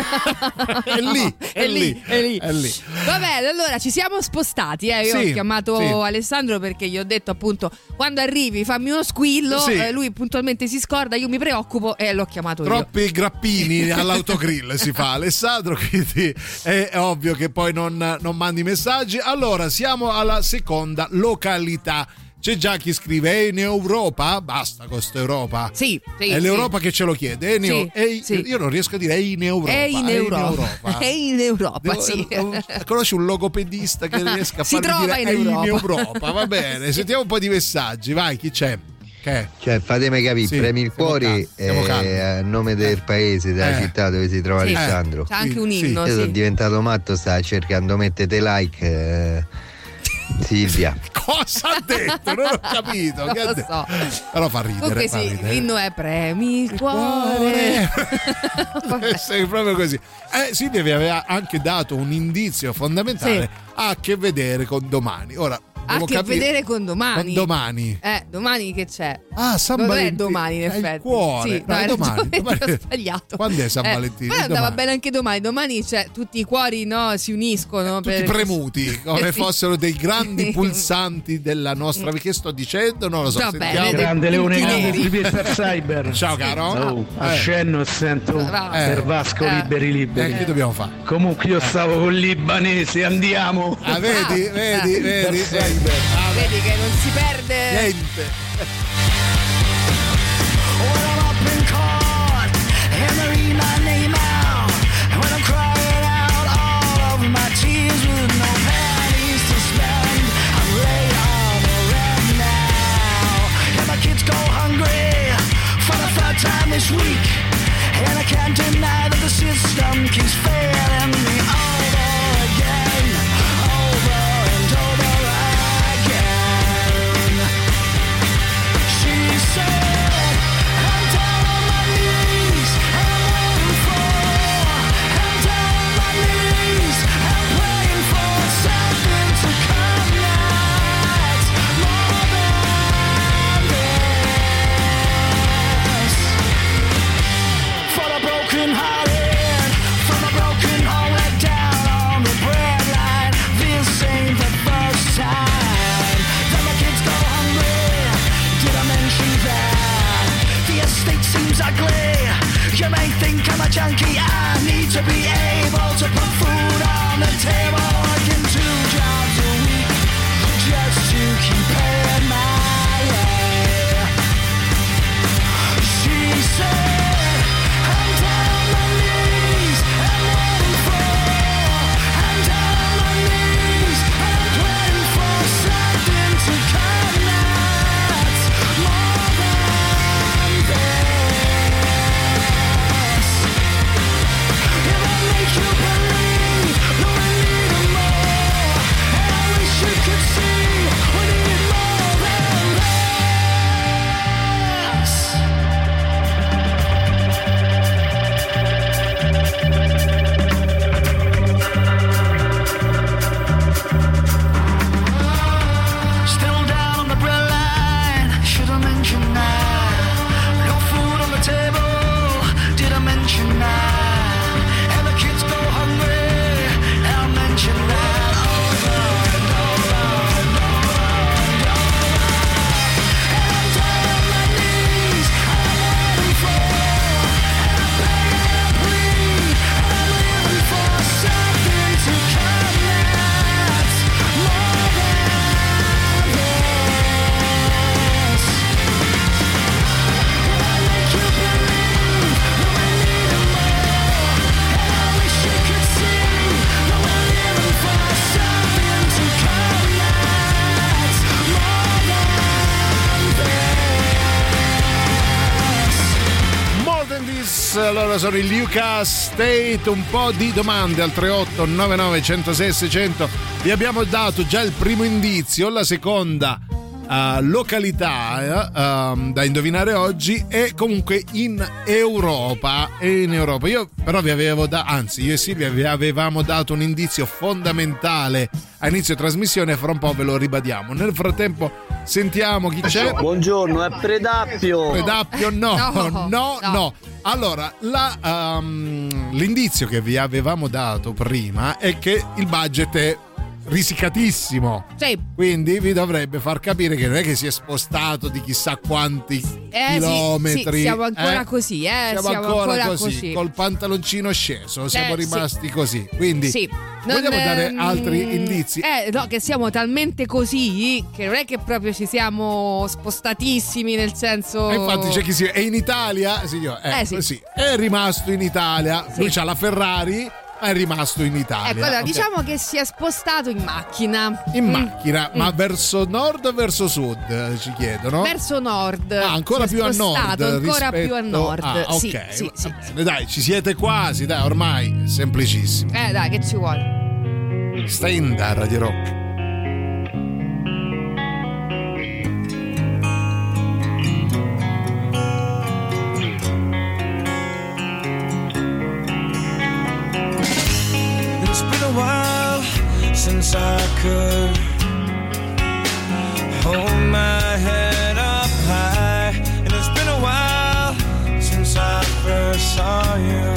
È lì. Vabbè, allora ci siamo spostati, io ho chiamato Alessandro perché gli ho detto appunto, quando arrivi fammi uno squillo, lui puntualmente si scorda, io mi preoccupo e l'ho chiamato Troppi grappini all'autogrill si fa Alessandro, quindi è ovvio che poi non mandi messaggi. Allora siamo alla seconda località C'è già chi scrive è in Europa, basta con sta Europa. Sì, è l'Europa che ce lo chiede. Io non riesco a dire è in Europa. È in Europa. È in Europa, sì. Conosci un logopedista che riesca a si farmi dire in è in Europa? Va bene, sentiamo un po' di messaggi, vai, chi c'è? Che? Cioè, fatemi capire, premi il cuore a nome del paese, della città dove si trova Alessandro. C'è anche un inno. Io sono diventato matto, sta cercando mettete like. Silvia, cosa ha detto? Non ho capito. Non lo so. Però fa ridere. L'inno è premi il cuore. Sei proprio così. Silvia vi aveva anche dato un indizio fondamentale, ha a che vedere con domani. Ora ha a che vedere con domani. Domani domani che c'è? San non Valentino. È domani in effetti. Il cuore. Sì, domani. Ho sbagliato. Quando è San Valentino? Poi andava bene anche domani. Domani tutti i cuori si uniscono. Tutti premuti, come fossero dei grandi pulsanti della nostra. Che sto dicendo? Non lo so. Grande Leone Grande per Cyber. Ciao caro. Accenno e sento per Vasco liberi. Che dobbiamo fare? Comunque io stavo con libanese, andiamo. Vedi. Vedi che non si perde niente. This week, and I can't deny that the system keeps failing me over again, over and over again. She said, I'm down on my knees, I'm waiting for, I'm down on my knees, I'm praying for something to come that's more than this. For the broken hearted, for the broken hearted down on the breadline. This ain't the first time that my kids go hungry. Did I mention that the estate seems ugly? You may think I'm a junkie. I need to be able to put food on the table, working 2 jobs a week just to keep paying my way. She said, I'm down on my knees, I'm waiting for, I'm down on my knees, I'm praying for something to come that's more than this. If I make you believe that we need more, and I wish you could see we need more than this. Still down on the bread line, should I mention that? No food on the table, did I mention that? And the kids go hungry, I'll mention that over and over and over and over. And I'm down on my knees, I'm waiting for, and I'm begging and I plead, and I'm living for something to come that's more than this. Will I make you believe that we need more? And I wish you could see that we're living for something to come that's more than this. More than this. Allora sono il Luca State. Un po' di domande al 38 99 106 600. Vi abbiamo dato già il primo indizio. La seconda località da indovinare oggi è comunque in Europa. Io però vi avevo io e Silvia vi avevamo dato un indizio fondamentale a inizio trasmissione, fra un po' ve lo ribadiamo. Nel frattempo sentiamo chi c'è. Buongiorno, è Predappio. Predappio no. Allora, l'indizio che vi avevamo dato prima è che il budget è risicatissimo. Sì. Quindi vi dovrebbe far capire che non è che si è spostato di chissà quanti chilometri. Sì, siamo ancora così, Siamo ancora così, col pantaloncino sceso, siamo rimasti così. Quindi vogliamo dare altri indizi? No, che siamo talmente così che non è che proprio ci siamo spostatissimi, nel senso. Infatti c'è chi è in Italia, signore, sì, è rimasto in Italia. Lui c'ha la Ferrari, ma è rimasto in Italia. Ecco, allora, diciamo che si è spostato in macchina. Ma verso nord o verso sud, ci chiedono? Verso nord. Ancora più a nord. Ancora più a nord. Ok, sì. bene, dai, ci siete quasi, dai, ormai è semplicissimo. Dai, che ci vuole? Stai in da Radio Rock. Since I could hold my head up high, and it's been a while since I first saw you,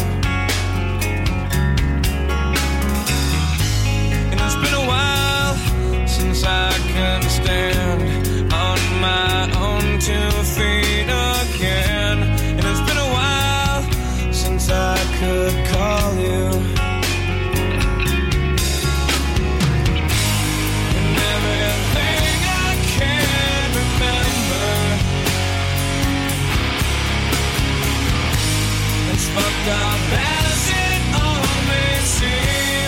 and it's been a while since I can stand on my own 2 feet again, and it's been a while since I could call you. Fucked up as it all may seem,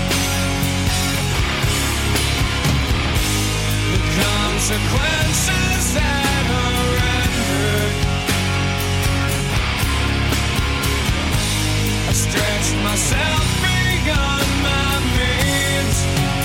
the consequences that are rendered, I stretched myself beyond my means,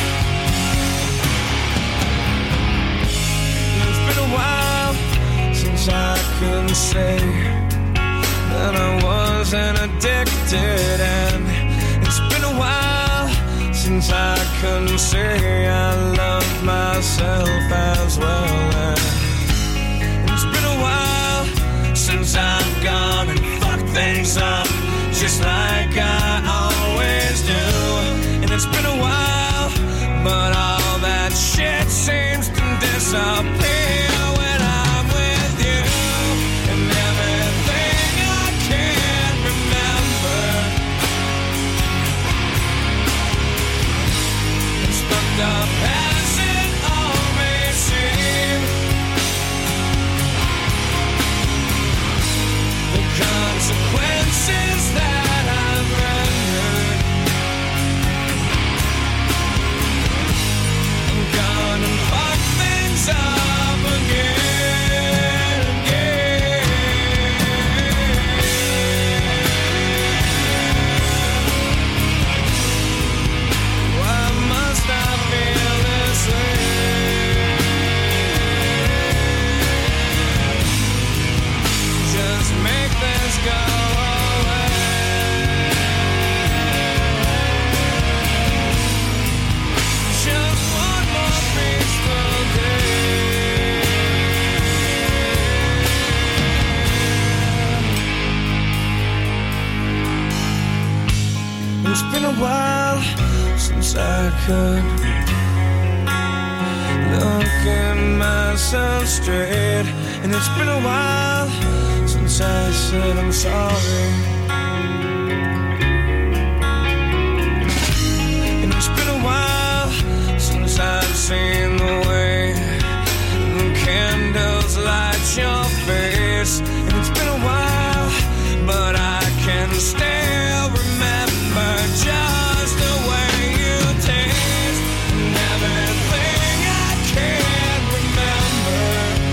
and it's been a while since I could say that I wasn't addicted, and it's been a while since I couldn't say I love myself as well, and it's been a while since I've gone and fucked things up just like I always do, and it's been a while, but all that shit seems to disappear when I'm with you, and everything up as it all may seem, the consequences that I've rendered, I'm gonna fuck things up again, Why must I feel this way? Just make this go away. Just one more peaceful day. It's been a while since I could look at myself straight, and it's been a while since I said I'm sorry, and it's been a while since I've seen the way the candles light your face, and it's been a while, but I can still remember just the way you taste, and everything I can't remember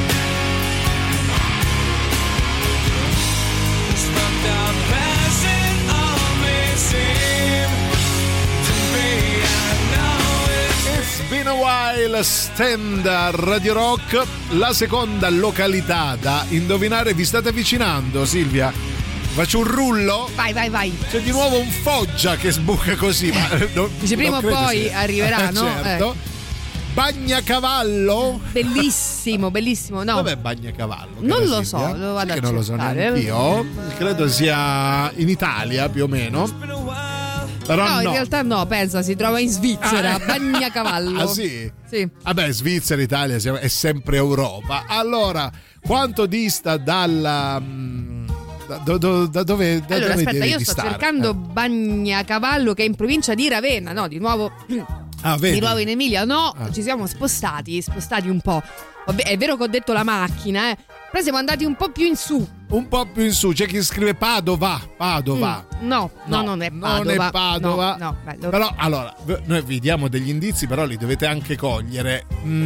is fucked up as it all may seem to be. I know It's been a while, stand a Radio Rock. La seconda località da indovinare, vi state avvicinando, Silvia? Faccio un rullo? Vai. C'è di nuovo un Foggia che sbuca così. Ma Dice prima o poi sia. arriverà, no? Certo. Bagnacavallo? Bellissimo, no. Dov'è Bagnacavallo? Non lo Silvia? so, lo vado a non lo so cercare. neanche io. Credo sia in Italia più o meno. Però no, in realtà no, pensa, si trova in Svizzera, Bagnacavallo. Ah sì? Sì. Vabbè, Svizzera, Italia è sempre Europa. Allora, quanto dista dalla... Da dove allora, aspetta, io di sto stare? cercando Bagnacavallo, che è in provincia di Ravenna, no, di nuovo di nuovo in Emilia, no, ci siamo spostati un po'. Vabbè, è vero che ho detto la macchina, però siamo andati un po' più in su. Un po' più in su, c'è chi scrive Padova. No, non è Padova. Non è Padova. No, bello. Però, allora, noi vi diamo degli indizi, però li dovete anche cogliere.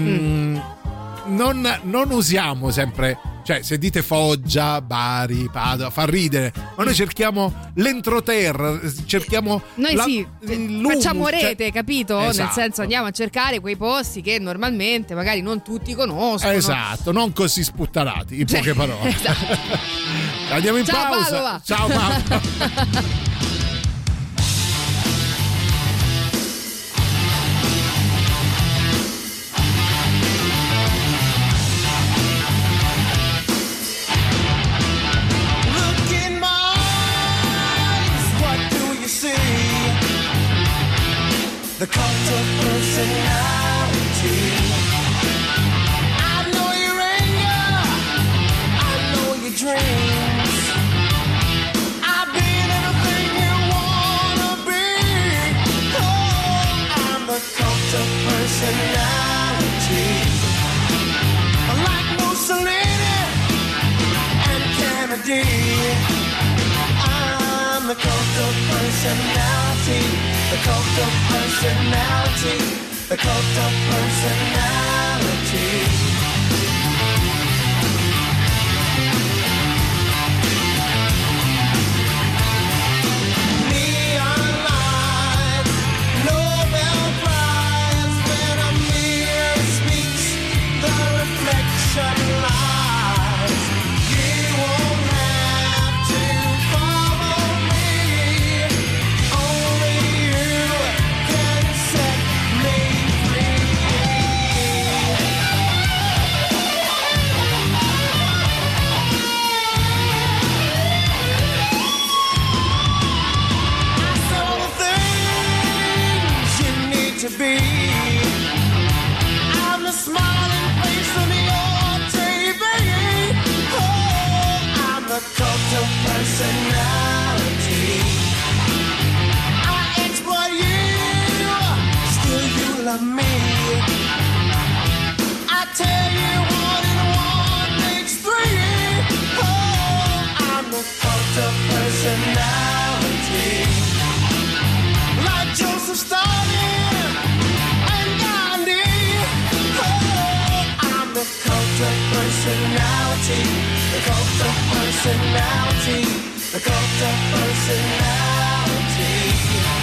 Non usiamo sempre, cioè se dite Foggia, Bari, Padova, fa ridere, ma noi cerchiamo l'entroterra, cerchiamo facciamo rete, capito? Esatto. Nel senso, andiamo a cercare quei posti che normalmente magari non tutti conoscono. Esatto, non così sputtanati, in poche parole. Esatto. Andiamo in Ciao, pausa. Padova. Ciao Paolo. The cult of personality. I know your anger, I know your dreams. I've been anything you wanna be. Oh, I'm the cult of personality. Like Mussolini and Kennedy, I'm the cult of personality. The cult of personality, the cult of personality. Neon lights, Nobel Prize, when a mirror speaks, the reflection lies. You won't have to follow me, only you can set me free. I saw the things you need to be. I'm the smiling face on your TV. Oh, I'm the cult of personality. I exploit you, still you love me. I tell you 1 and 1 makes 3. Oh, I'm the cult of personality. Like Joseph Stalin and Gandhi. Oh, I'm the cult of personality. The cult of personality. The cult of personality.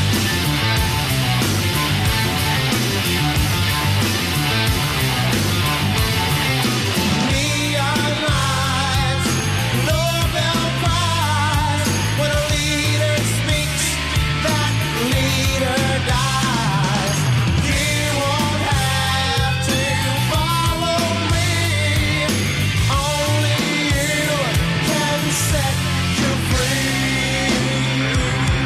Neon lights, Nobel Prize. When a leader speaks, that leader dies. You won't have to follow me, only you can set you free.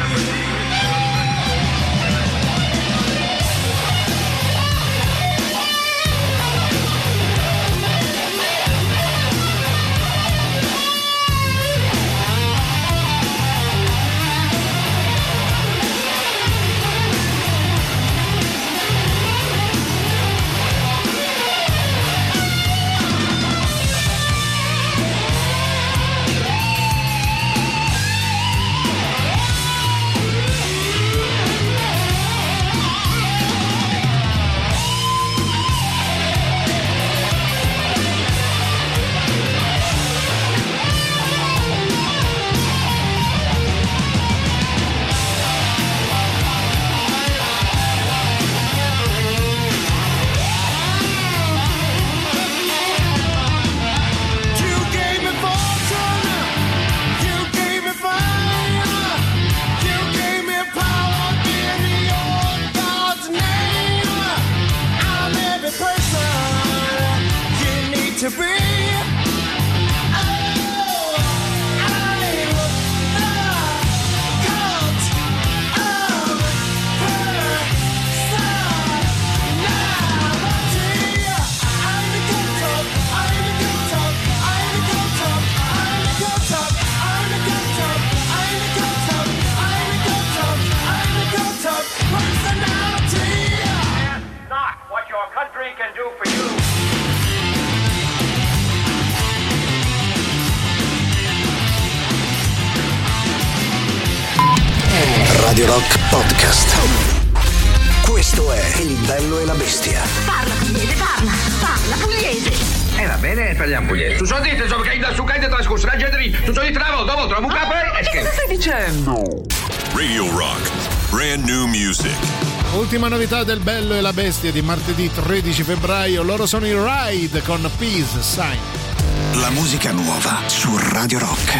Radio Rock Podcast. Questo è Il Bello e la Bestia. Parla pugliese, parla pugliese. Va bene, parliamo pugliese. Tu so dite, insomma, che su cade trascorso la gente lì. Tu so di travo, dopo trovo un capo e cosa stai dicendo? Radio Rock, brand new music. Ultima novità del Bello e la Bestia di martedì 13 febbraio. Loro sono i Ride con Peace Sign. La musica nuova su Radio Rock.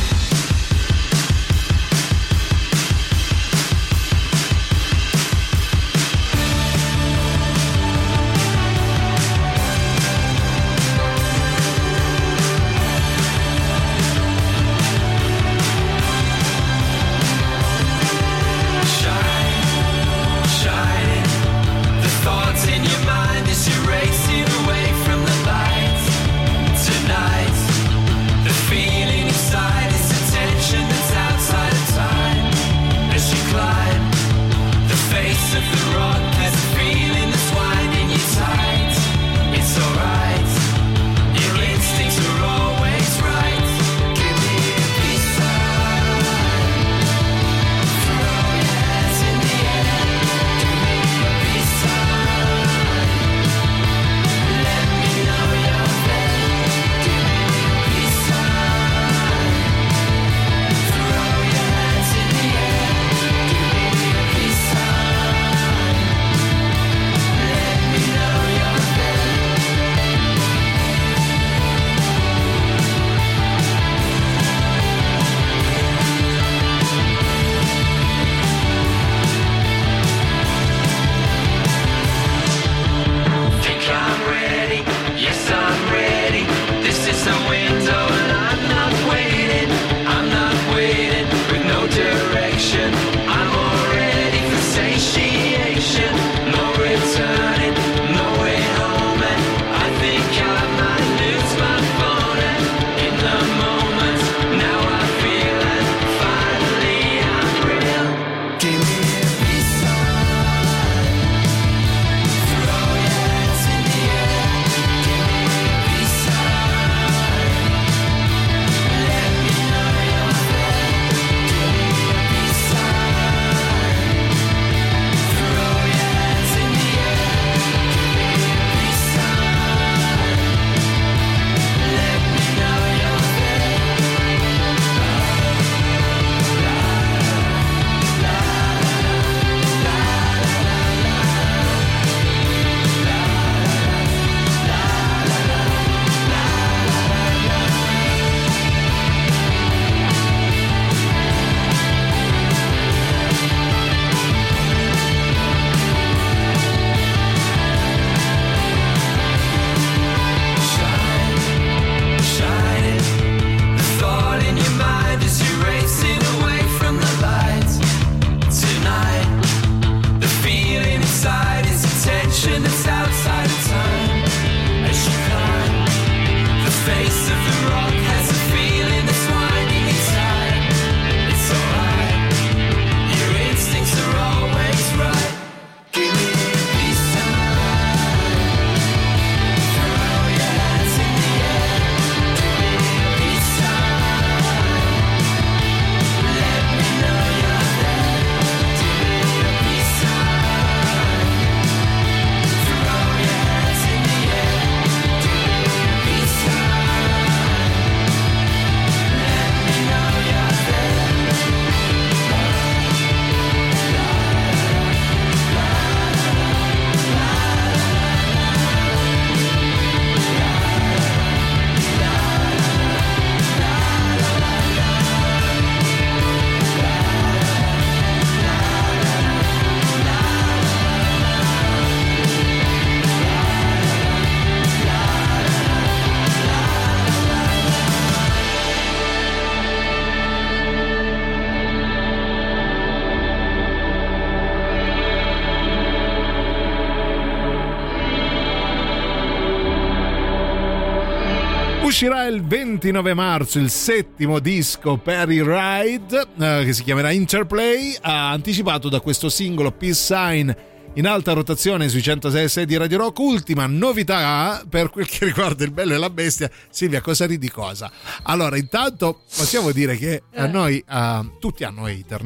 Uscirà il 29 marzo il settimo disco per i Ride, che si chiamerà Interplay, anticipato da questo singolo Peace Sign in alta rotazione sui 106.6 di Radio Rock. Ultima novità per quel che riguarda il Bello e la Bestia. Silvia, cosa ridi cosa? Allora, intanto possiamo dire che a noi tutti hanno hater, no?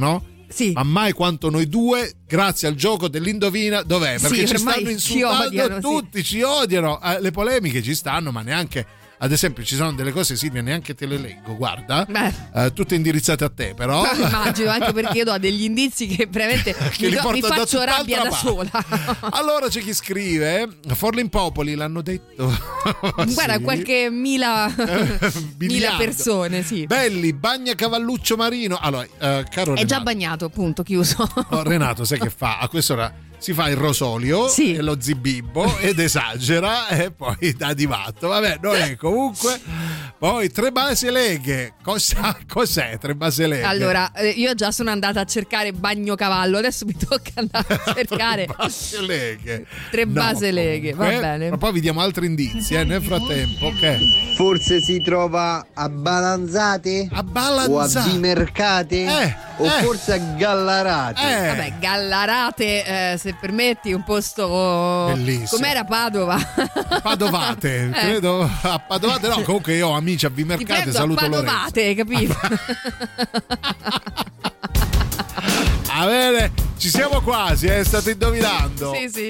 sì. ma mai quanto noi due, grazie al gioco dell'indovina dov'è, perché ci stanno insultando tutti, ci odiano, le polemiche ci stanno, ma neanche, ad esempio ci sono delle cose, Silvia, neanche te le leggo, guarda, tutte indirizzate a te, però immagino, anche perché io do degli indizi che veramente mi faccio rabbia da sola. Allora c'è chi scrive: Forlì in Popoli, l'hanno detto. Guarda, sì. qualche mila persone, sì. Belli, bagna cavalluccio marino. Allora, caro Renato, è già bagnato, punto, chiuso. No, Renato, sai che fa? A quest'ora si fa il rosolio, sì, e lo zibibbo ed esagera e poi dà di matto. Vabbè, non è comunque. Poi 3 base leghe. Cos'è 3 base leghe? Allora, io già sono andata a cercare bagno cavallo, adesso mi tocca andare a cercare 3 base leghe. 3 base leghe, va bene. Ma poi vi diamo altri indizi nel frattempo, ok? Forse si trova a Balanzate? O a Bimercate? O forse a Gallarate? Vabbè, Gallarate, se permetti, un posto bellissimo. Com'era Padova? Padovate, credo a Padovate, no, comunque io ho amici a Bimercate, saluto Padovate, Lorenzo. capito? Va bene, ci siamo quasi, state indovinando. Sì.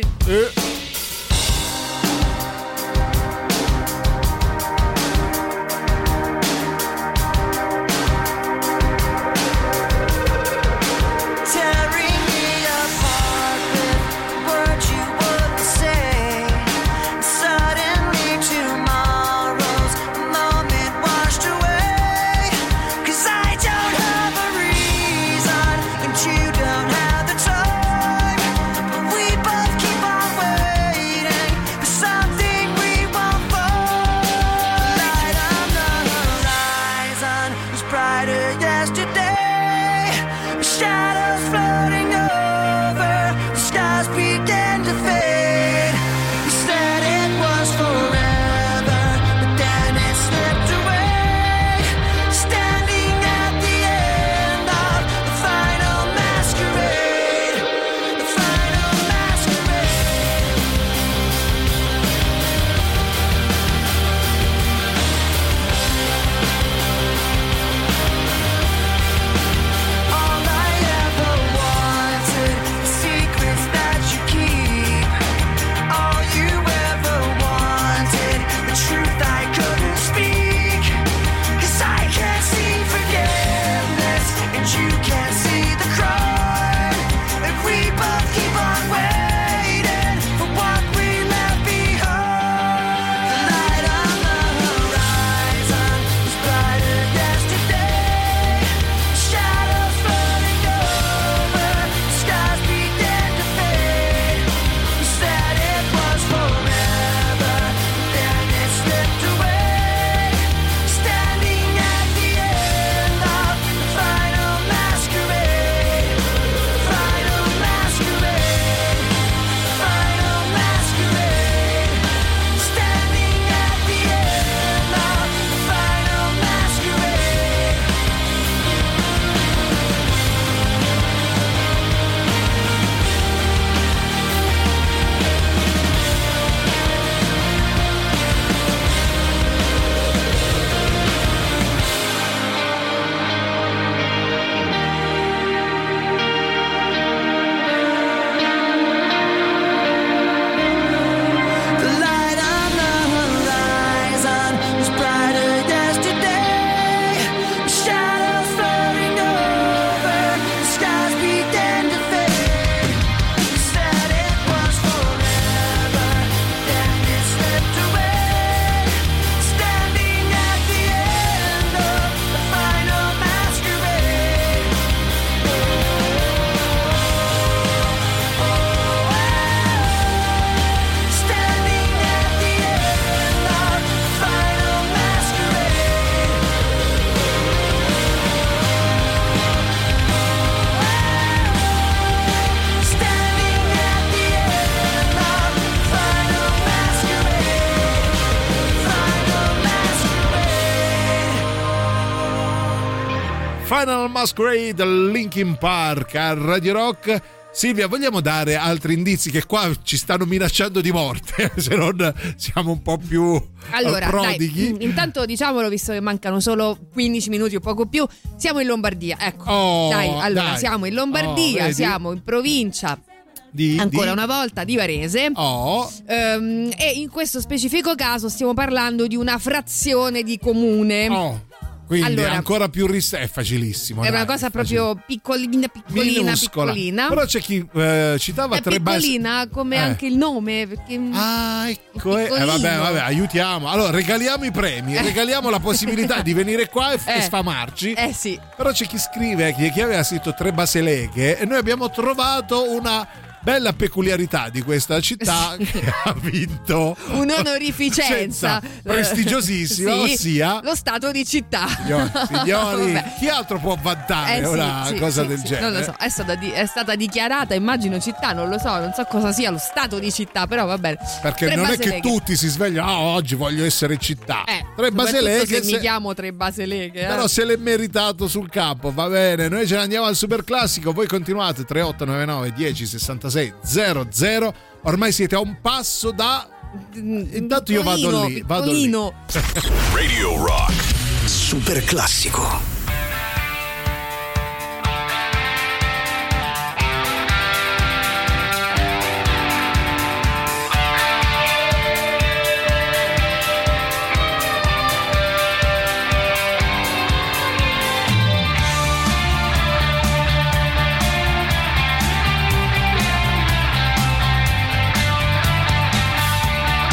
Final Masquerade, Linkin Park a Radio Rock. Silvia, vogliamo dare altri indizi che qua ci stanno minacciando di morte, se non siamo un po' più prodighi. Dai, intanto diciamolo, visto che mancano solo 15 minuti o poco più, siamo in Lombardia, ecco. Dai. Siamo in Lombardia, siamo in provincia ancora una volta di Varese, e in questo specifico caso stiamo parlando di una frazione di comune. Quindi ancora più è facilissimo. È una cosa proprio piccolina. Però c'è chi citava è tre basi. Piccolina come anche il nome. Perché ecco. Vabbè, aiutiamo. Allora, regaliamo i premi, regaliamo la possibilità di venire qua e sfamarci. Sì. Però c'è chi scrive, chi aveva scritto Tre Baseleghe, e noi abbiamo trovato una bella peculiarità di questa città che ha vinto un'onorificenza prestigiosissima, ossia lo stato di città. Signori, chi altro può vantare una cosa del genere? Non lo so, è stata dichiarata, immagino, città, non so cosa sia lo stato di città, però va bene. Perché Tre non Baseleghe. È che tutti si svegliano, oggi voglio essere città. Tre Baseleghe, se mi chiamo Tre Baseleghe. Però se l'è meritato sul campo, va bene. Noi ce ne andiamo al super classico, voi continuate 3899 10 66 00. Ormai siete a un passo da. Intanto io vado lì. Radio Rock super classico.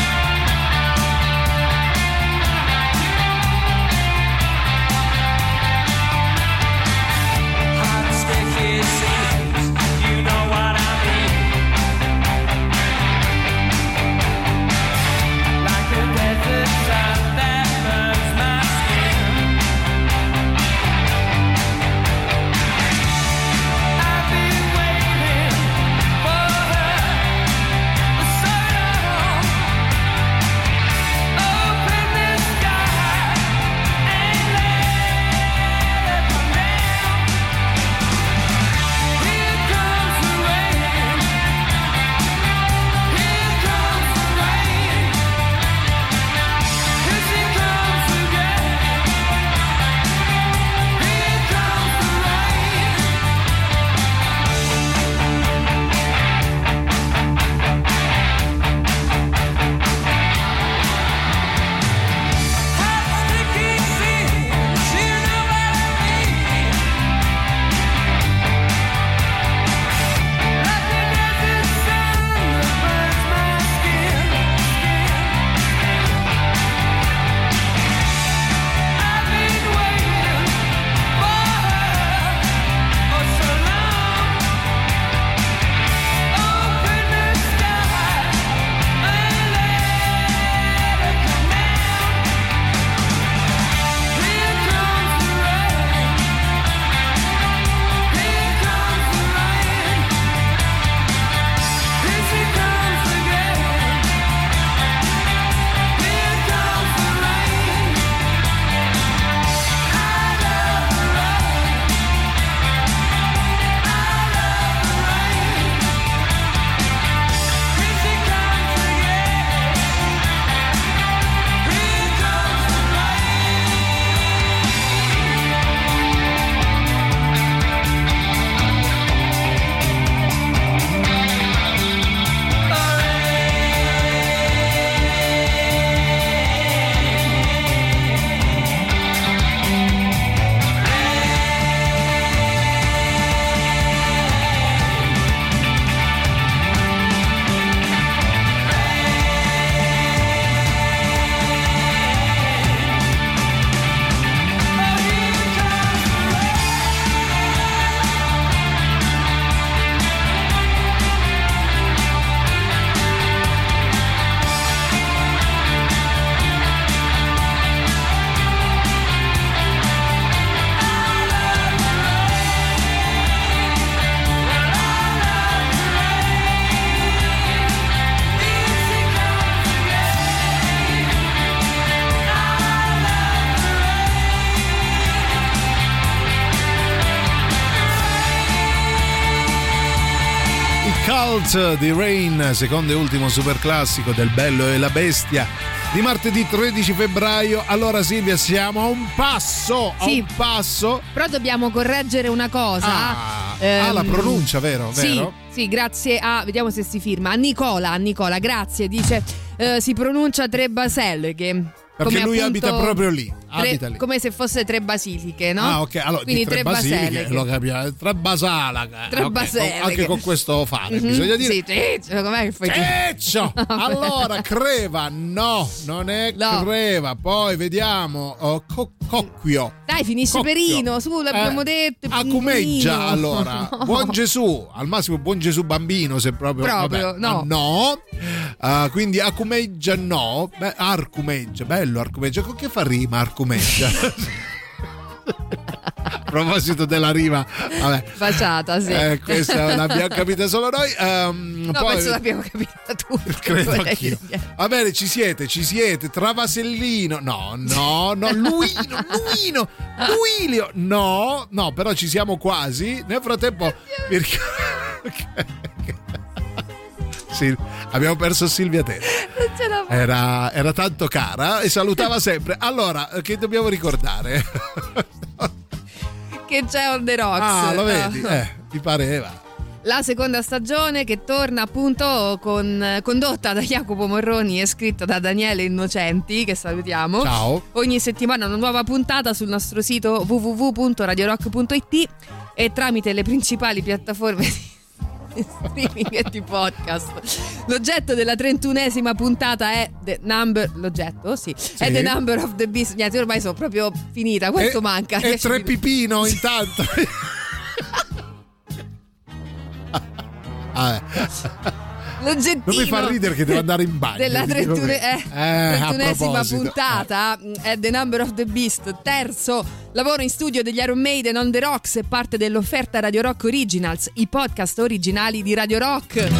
Thank Cult di Rain, secondo e ultimo super classico del Bello e la Bestia di martedì 13 febbraio. Allora Silvia, siamo a un passo, sì, a un passo. Però dobbiamo correggere una cosa. La pronuncia, vero? Sì, grazie a, vediamo se si firma, a Nicola, grazie, dice si pronuncia Trebasel, che perché lui abita proprio lì. Abita lì. Come se fosse Tre Basiliche, no? Ah, ok. Allora, quindi Tre Basiliche lo capiamo. Tre Basalaca. Okay. Anche con questo fare, bisogna dire. Sì, com'è che fai? Ceccio! Allora, Creva, no, non è Creva. Poi vediamo Cocchio. Dai, finisce Perino, su, l'abbiamo detto. Acumeggia, allora. No. Buon Gesù, al massimo Buon Gesù bambino, se proprio vabbè, no. Quindi Acumeggia no. Beh, Arcumeggia, bello Arcumeggia. Con che fa rima Arcumeggia? A proposito della rima, vabbè. Facciata, sì. Questa l'abbiamo capita solo noi. Poi, penso l'abbiamo capita tutti. Credo anch'io. Va bene, ci siete. Travasellino, no. Luino, no, però ci siamo quasi. Nel frattempo, sì, abbiamo perso Silvia Teta. Era tanto cara e salutava sempre. Allora, che dobbiamo ricordare? Che c'è On The Rocks. Lo vedi? Mi pareva. La seconda stagione che torna appunto condotta da Jacopo Morroni e scritta da Daniele Innocenti, che salutiamo. Ciao. Ogni settimana una nuova puntata sul nostro sito www.radiorock.it e tramite le principali piattaforme di streaming e di podcast. L'oggetto della 31esima puntata è The Number è The Number of the Beast. Niente, ormai sono proprio finita, questo manca. E tre pipino intanto. L'oggettino non mi fa ridere che devo andare in bagno della 31esima puntata è The Number of the Beast, terzo lavoro in studio degli Iron Maiden On The Rocks, e parte dell'offerta Radio Rock Originals, i podcast originali di Radio Rock.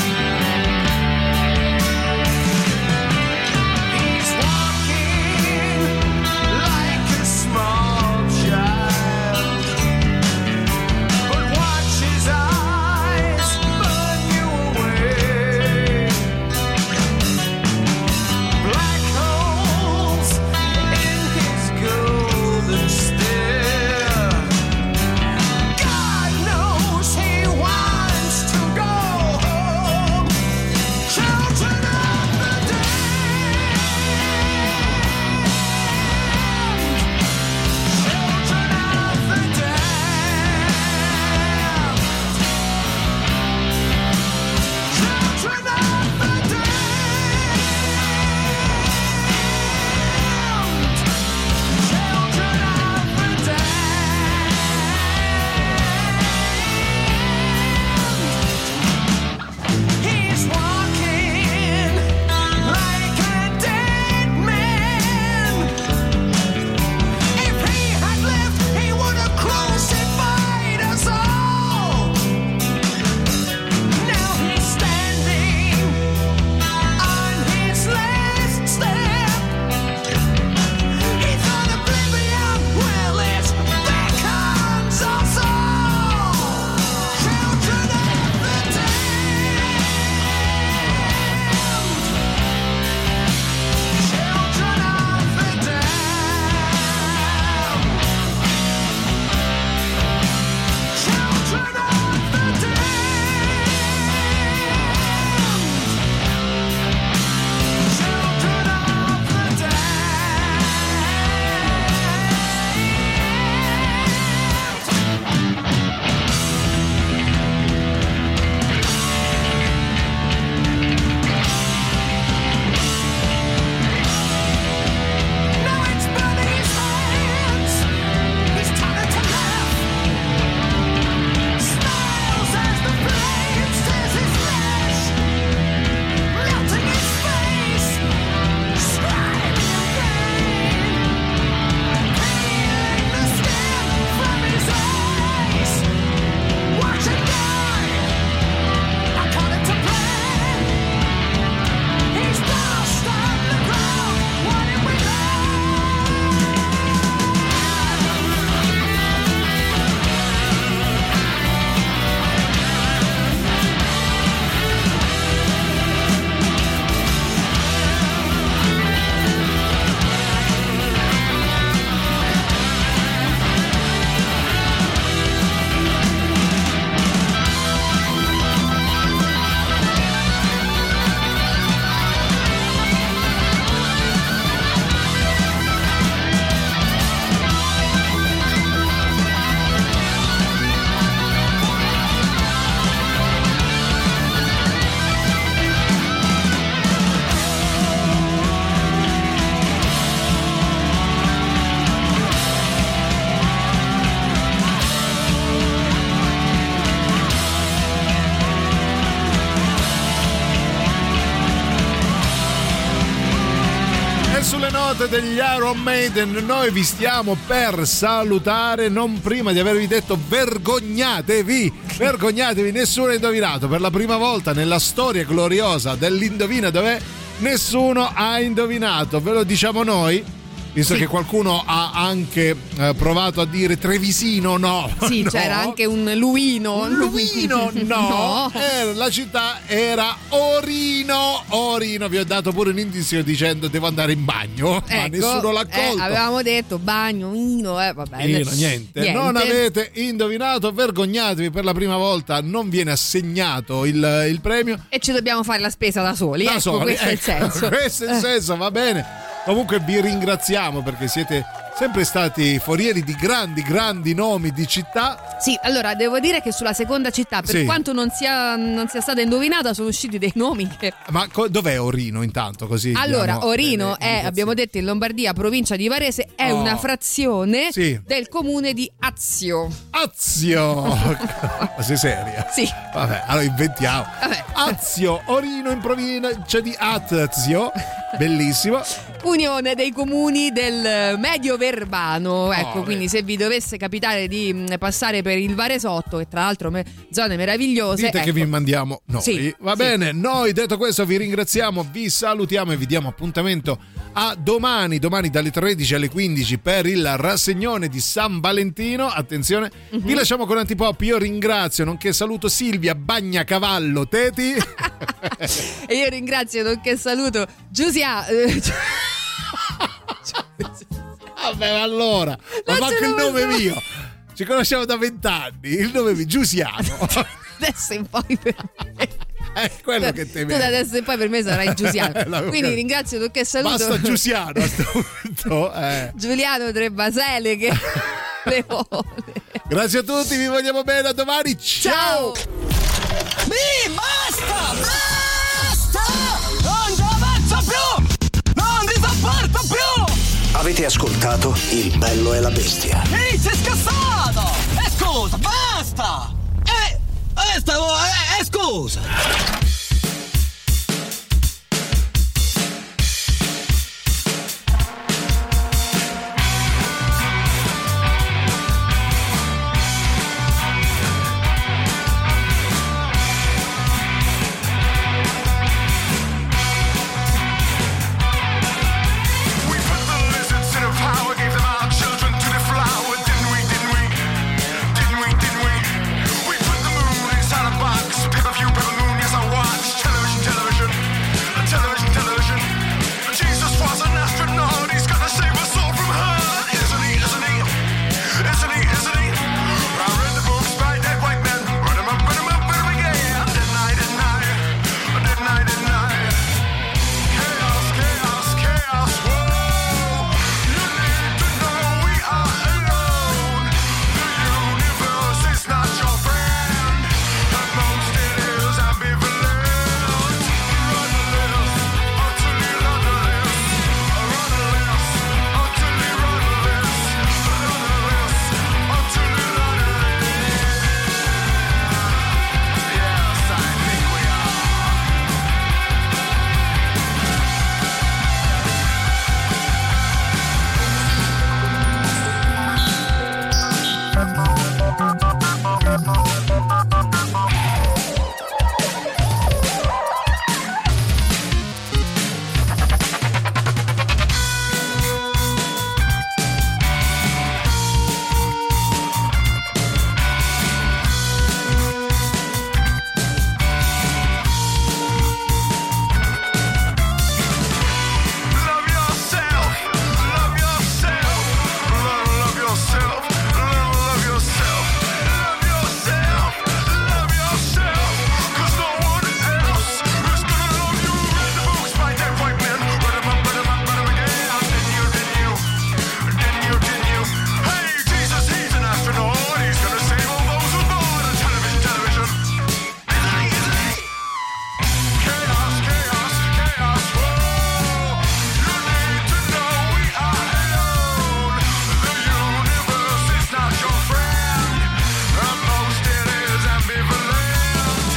He's walking sulle note degli Iron Maiden noi vi stiamo per salutare, non prima di avervi detto vergognatevi, nessuno ha indovinato. Per la prima volta nella storia gloriosa dell'Indovina Dov'è, nessuno ha indovinato, ve lo diciamo noi, visto che qualcuno ha anche provato a dire Trevisino, no. Sì, no. C'era anche un Luino. Luino, no. La città era Orino. Vi ho dato pure un indizio dicendo devo andare in bagno, ma nessuno l'ha colto. Avevamo detto bagno, vabbè. Niente. Non avete indovinato, vergognatevi, per la prima volta non viene assegnato il premio. E ci dobbiamo fare la spesa da soli. Questo è il senso. Questo è il senso, va bene. Comunque vi ringraziamo perché siete sempre stati forieri di grandi nomi di città. Sì, allora devo dire che sulla seconda città, per quanto non sia stata indovinata, sono usciti dei nomi che... Ma dov'è Orino intanto? Così allora, Orino è, abbiamo detto, in Lombardia, provincia di Varese, è una frazione del comune di Azio. Ma sei seria? Sì. Vabbè, allora inventiamo. Azio, Orino in provincia di Azio. Bellissimo. Unione dei comuni del Medio Verbano. Ecco, quindi se vi dovesse capitare di passare per il Varesotto, che tra l'altro zone meravigliose, dite che vi mandiamo noi. Va bene, noi detto questo vi ringraziamo, vi salutiamo e vi diamo appuntamento a domani dalle 13 alle 15 per il rassegnone di San Valentino. Attenzione, vi lasciamo con Antipop. Io ringrazio nonché saluto Silvia Bagnacavallo Teti e io ringrazio nonché saluto Giusia. Vabbè, allora, ma manco il nome mio. Ci conosciamo da 20 anni. Il nome mio Giusiano. Adesso in poi per me è quello che te tu da adesso in poi per me sarai Giusiano. Quindi ringrazio nonché saluto. Basta Giusiano a sto punto. Giuliano Trebasele che le vuole. Grazie a tutti, vi vogliamo bene, a domani. Ciao. Basta! Non ci avanzo più! Non ti sopporto più! Avete ascoltato Il Bello e la Bestia? Ehi, sei scassato! Scusa, basta! Scusa!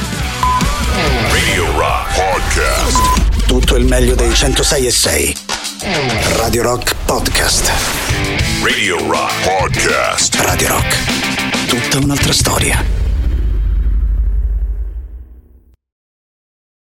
Tutto il meglio dei 106 e 6. Radio Rock Podcast. Radio Rock Podcast. Radio Rock. Tutta un'altra storia.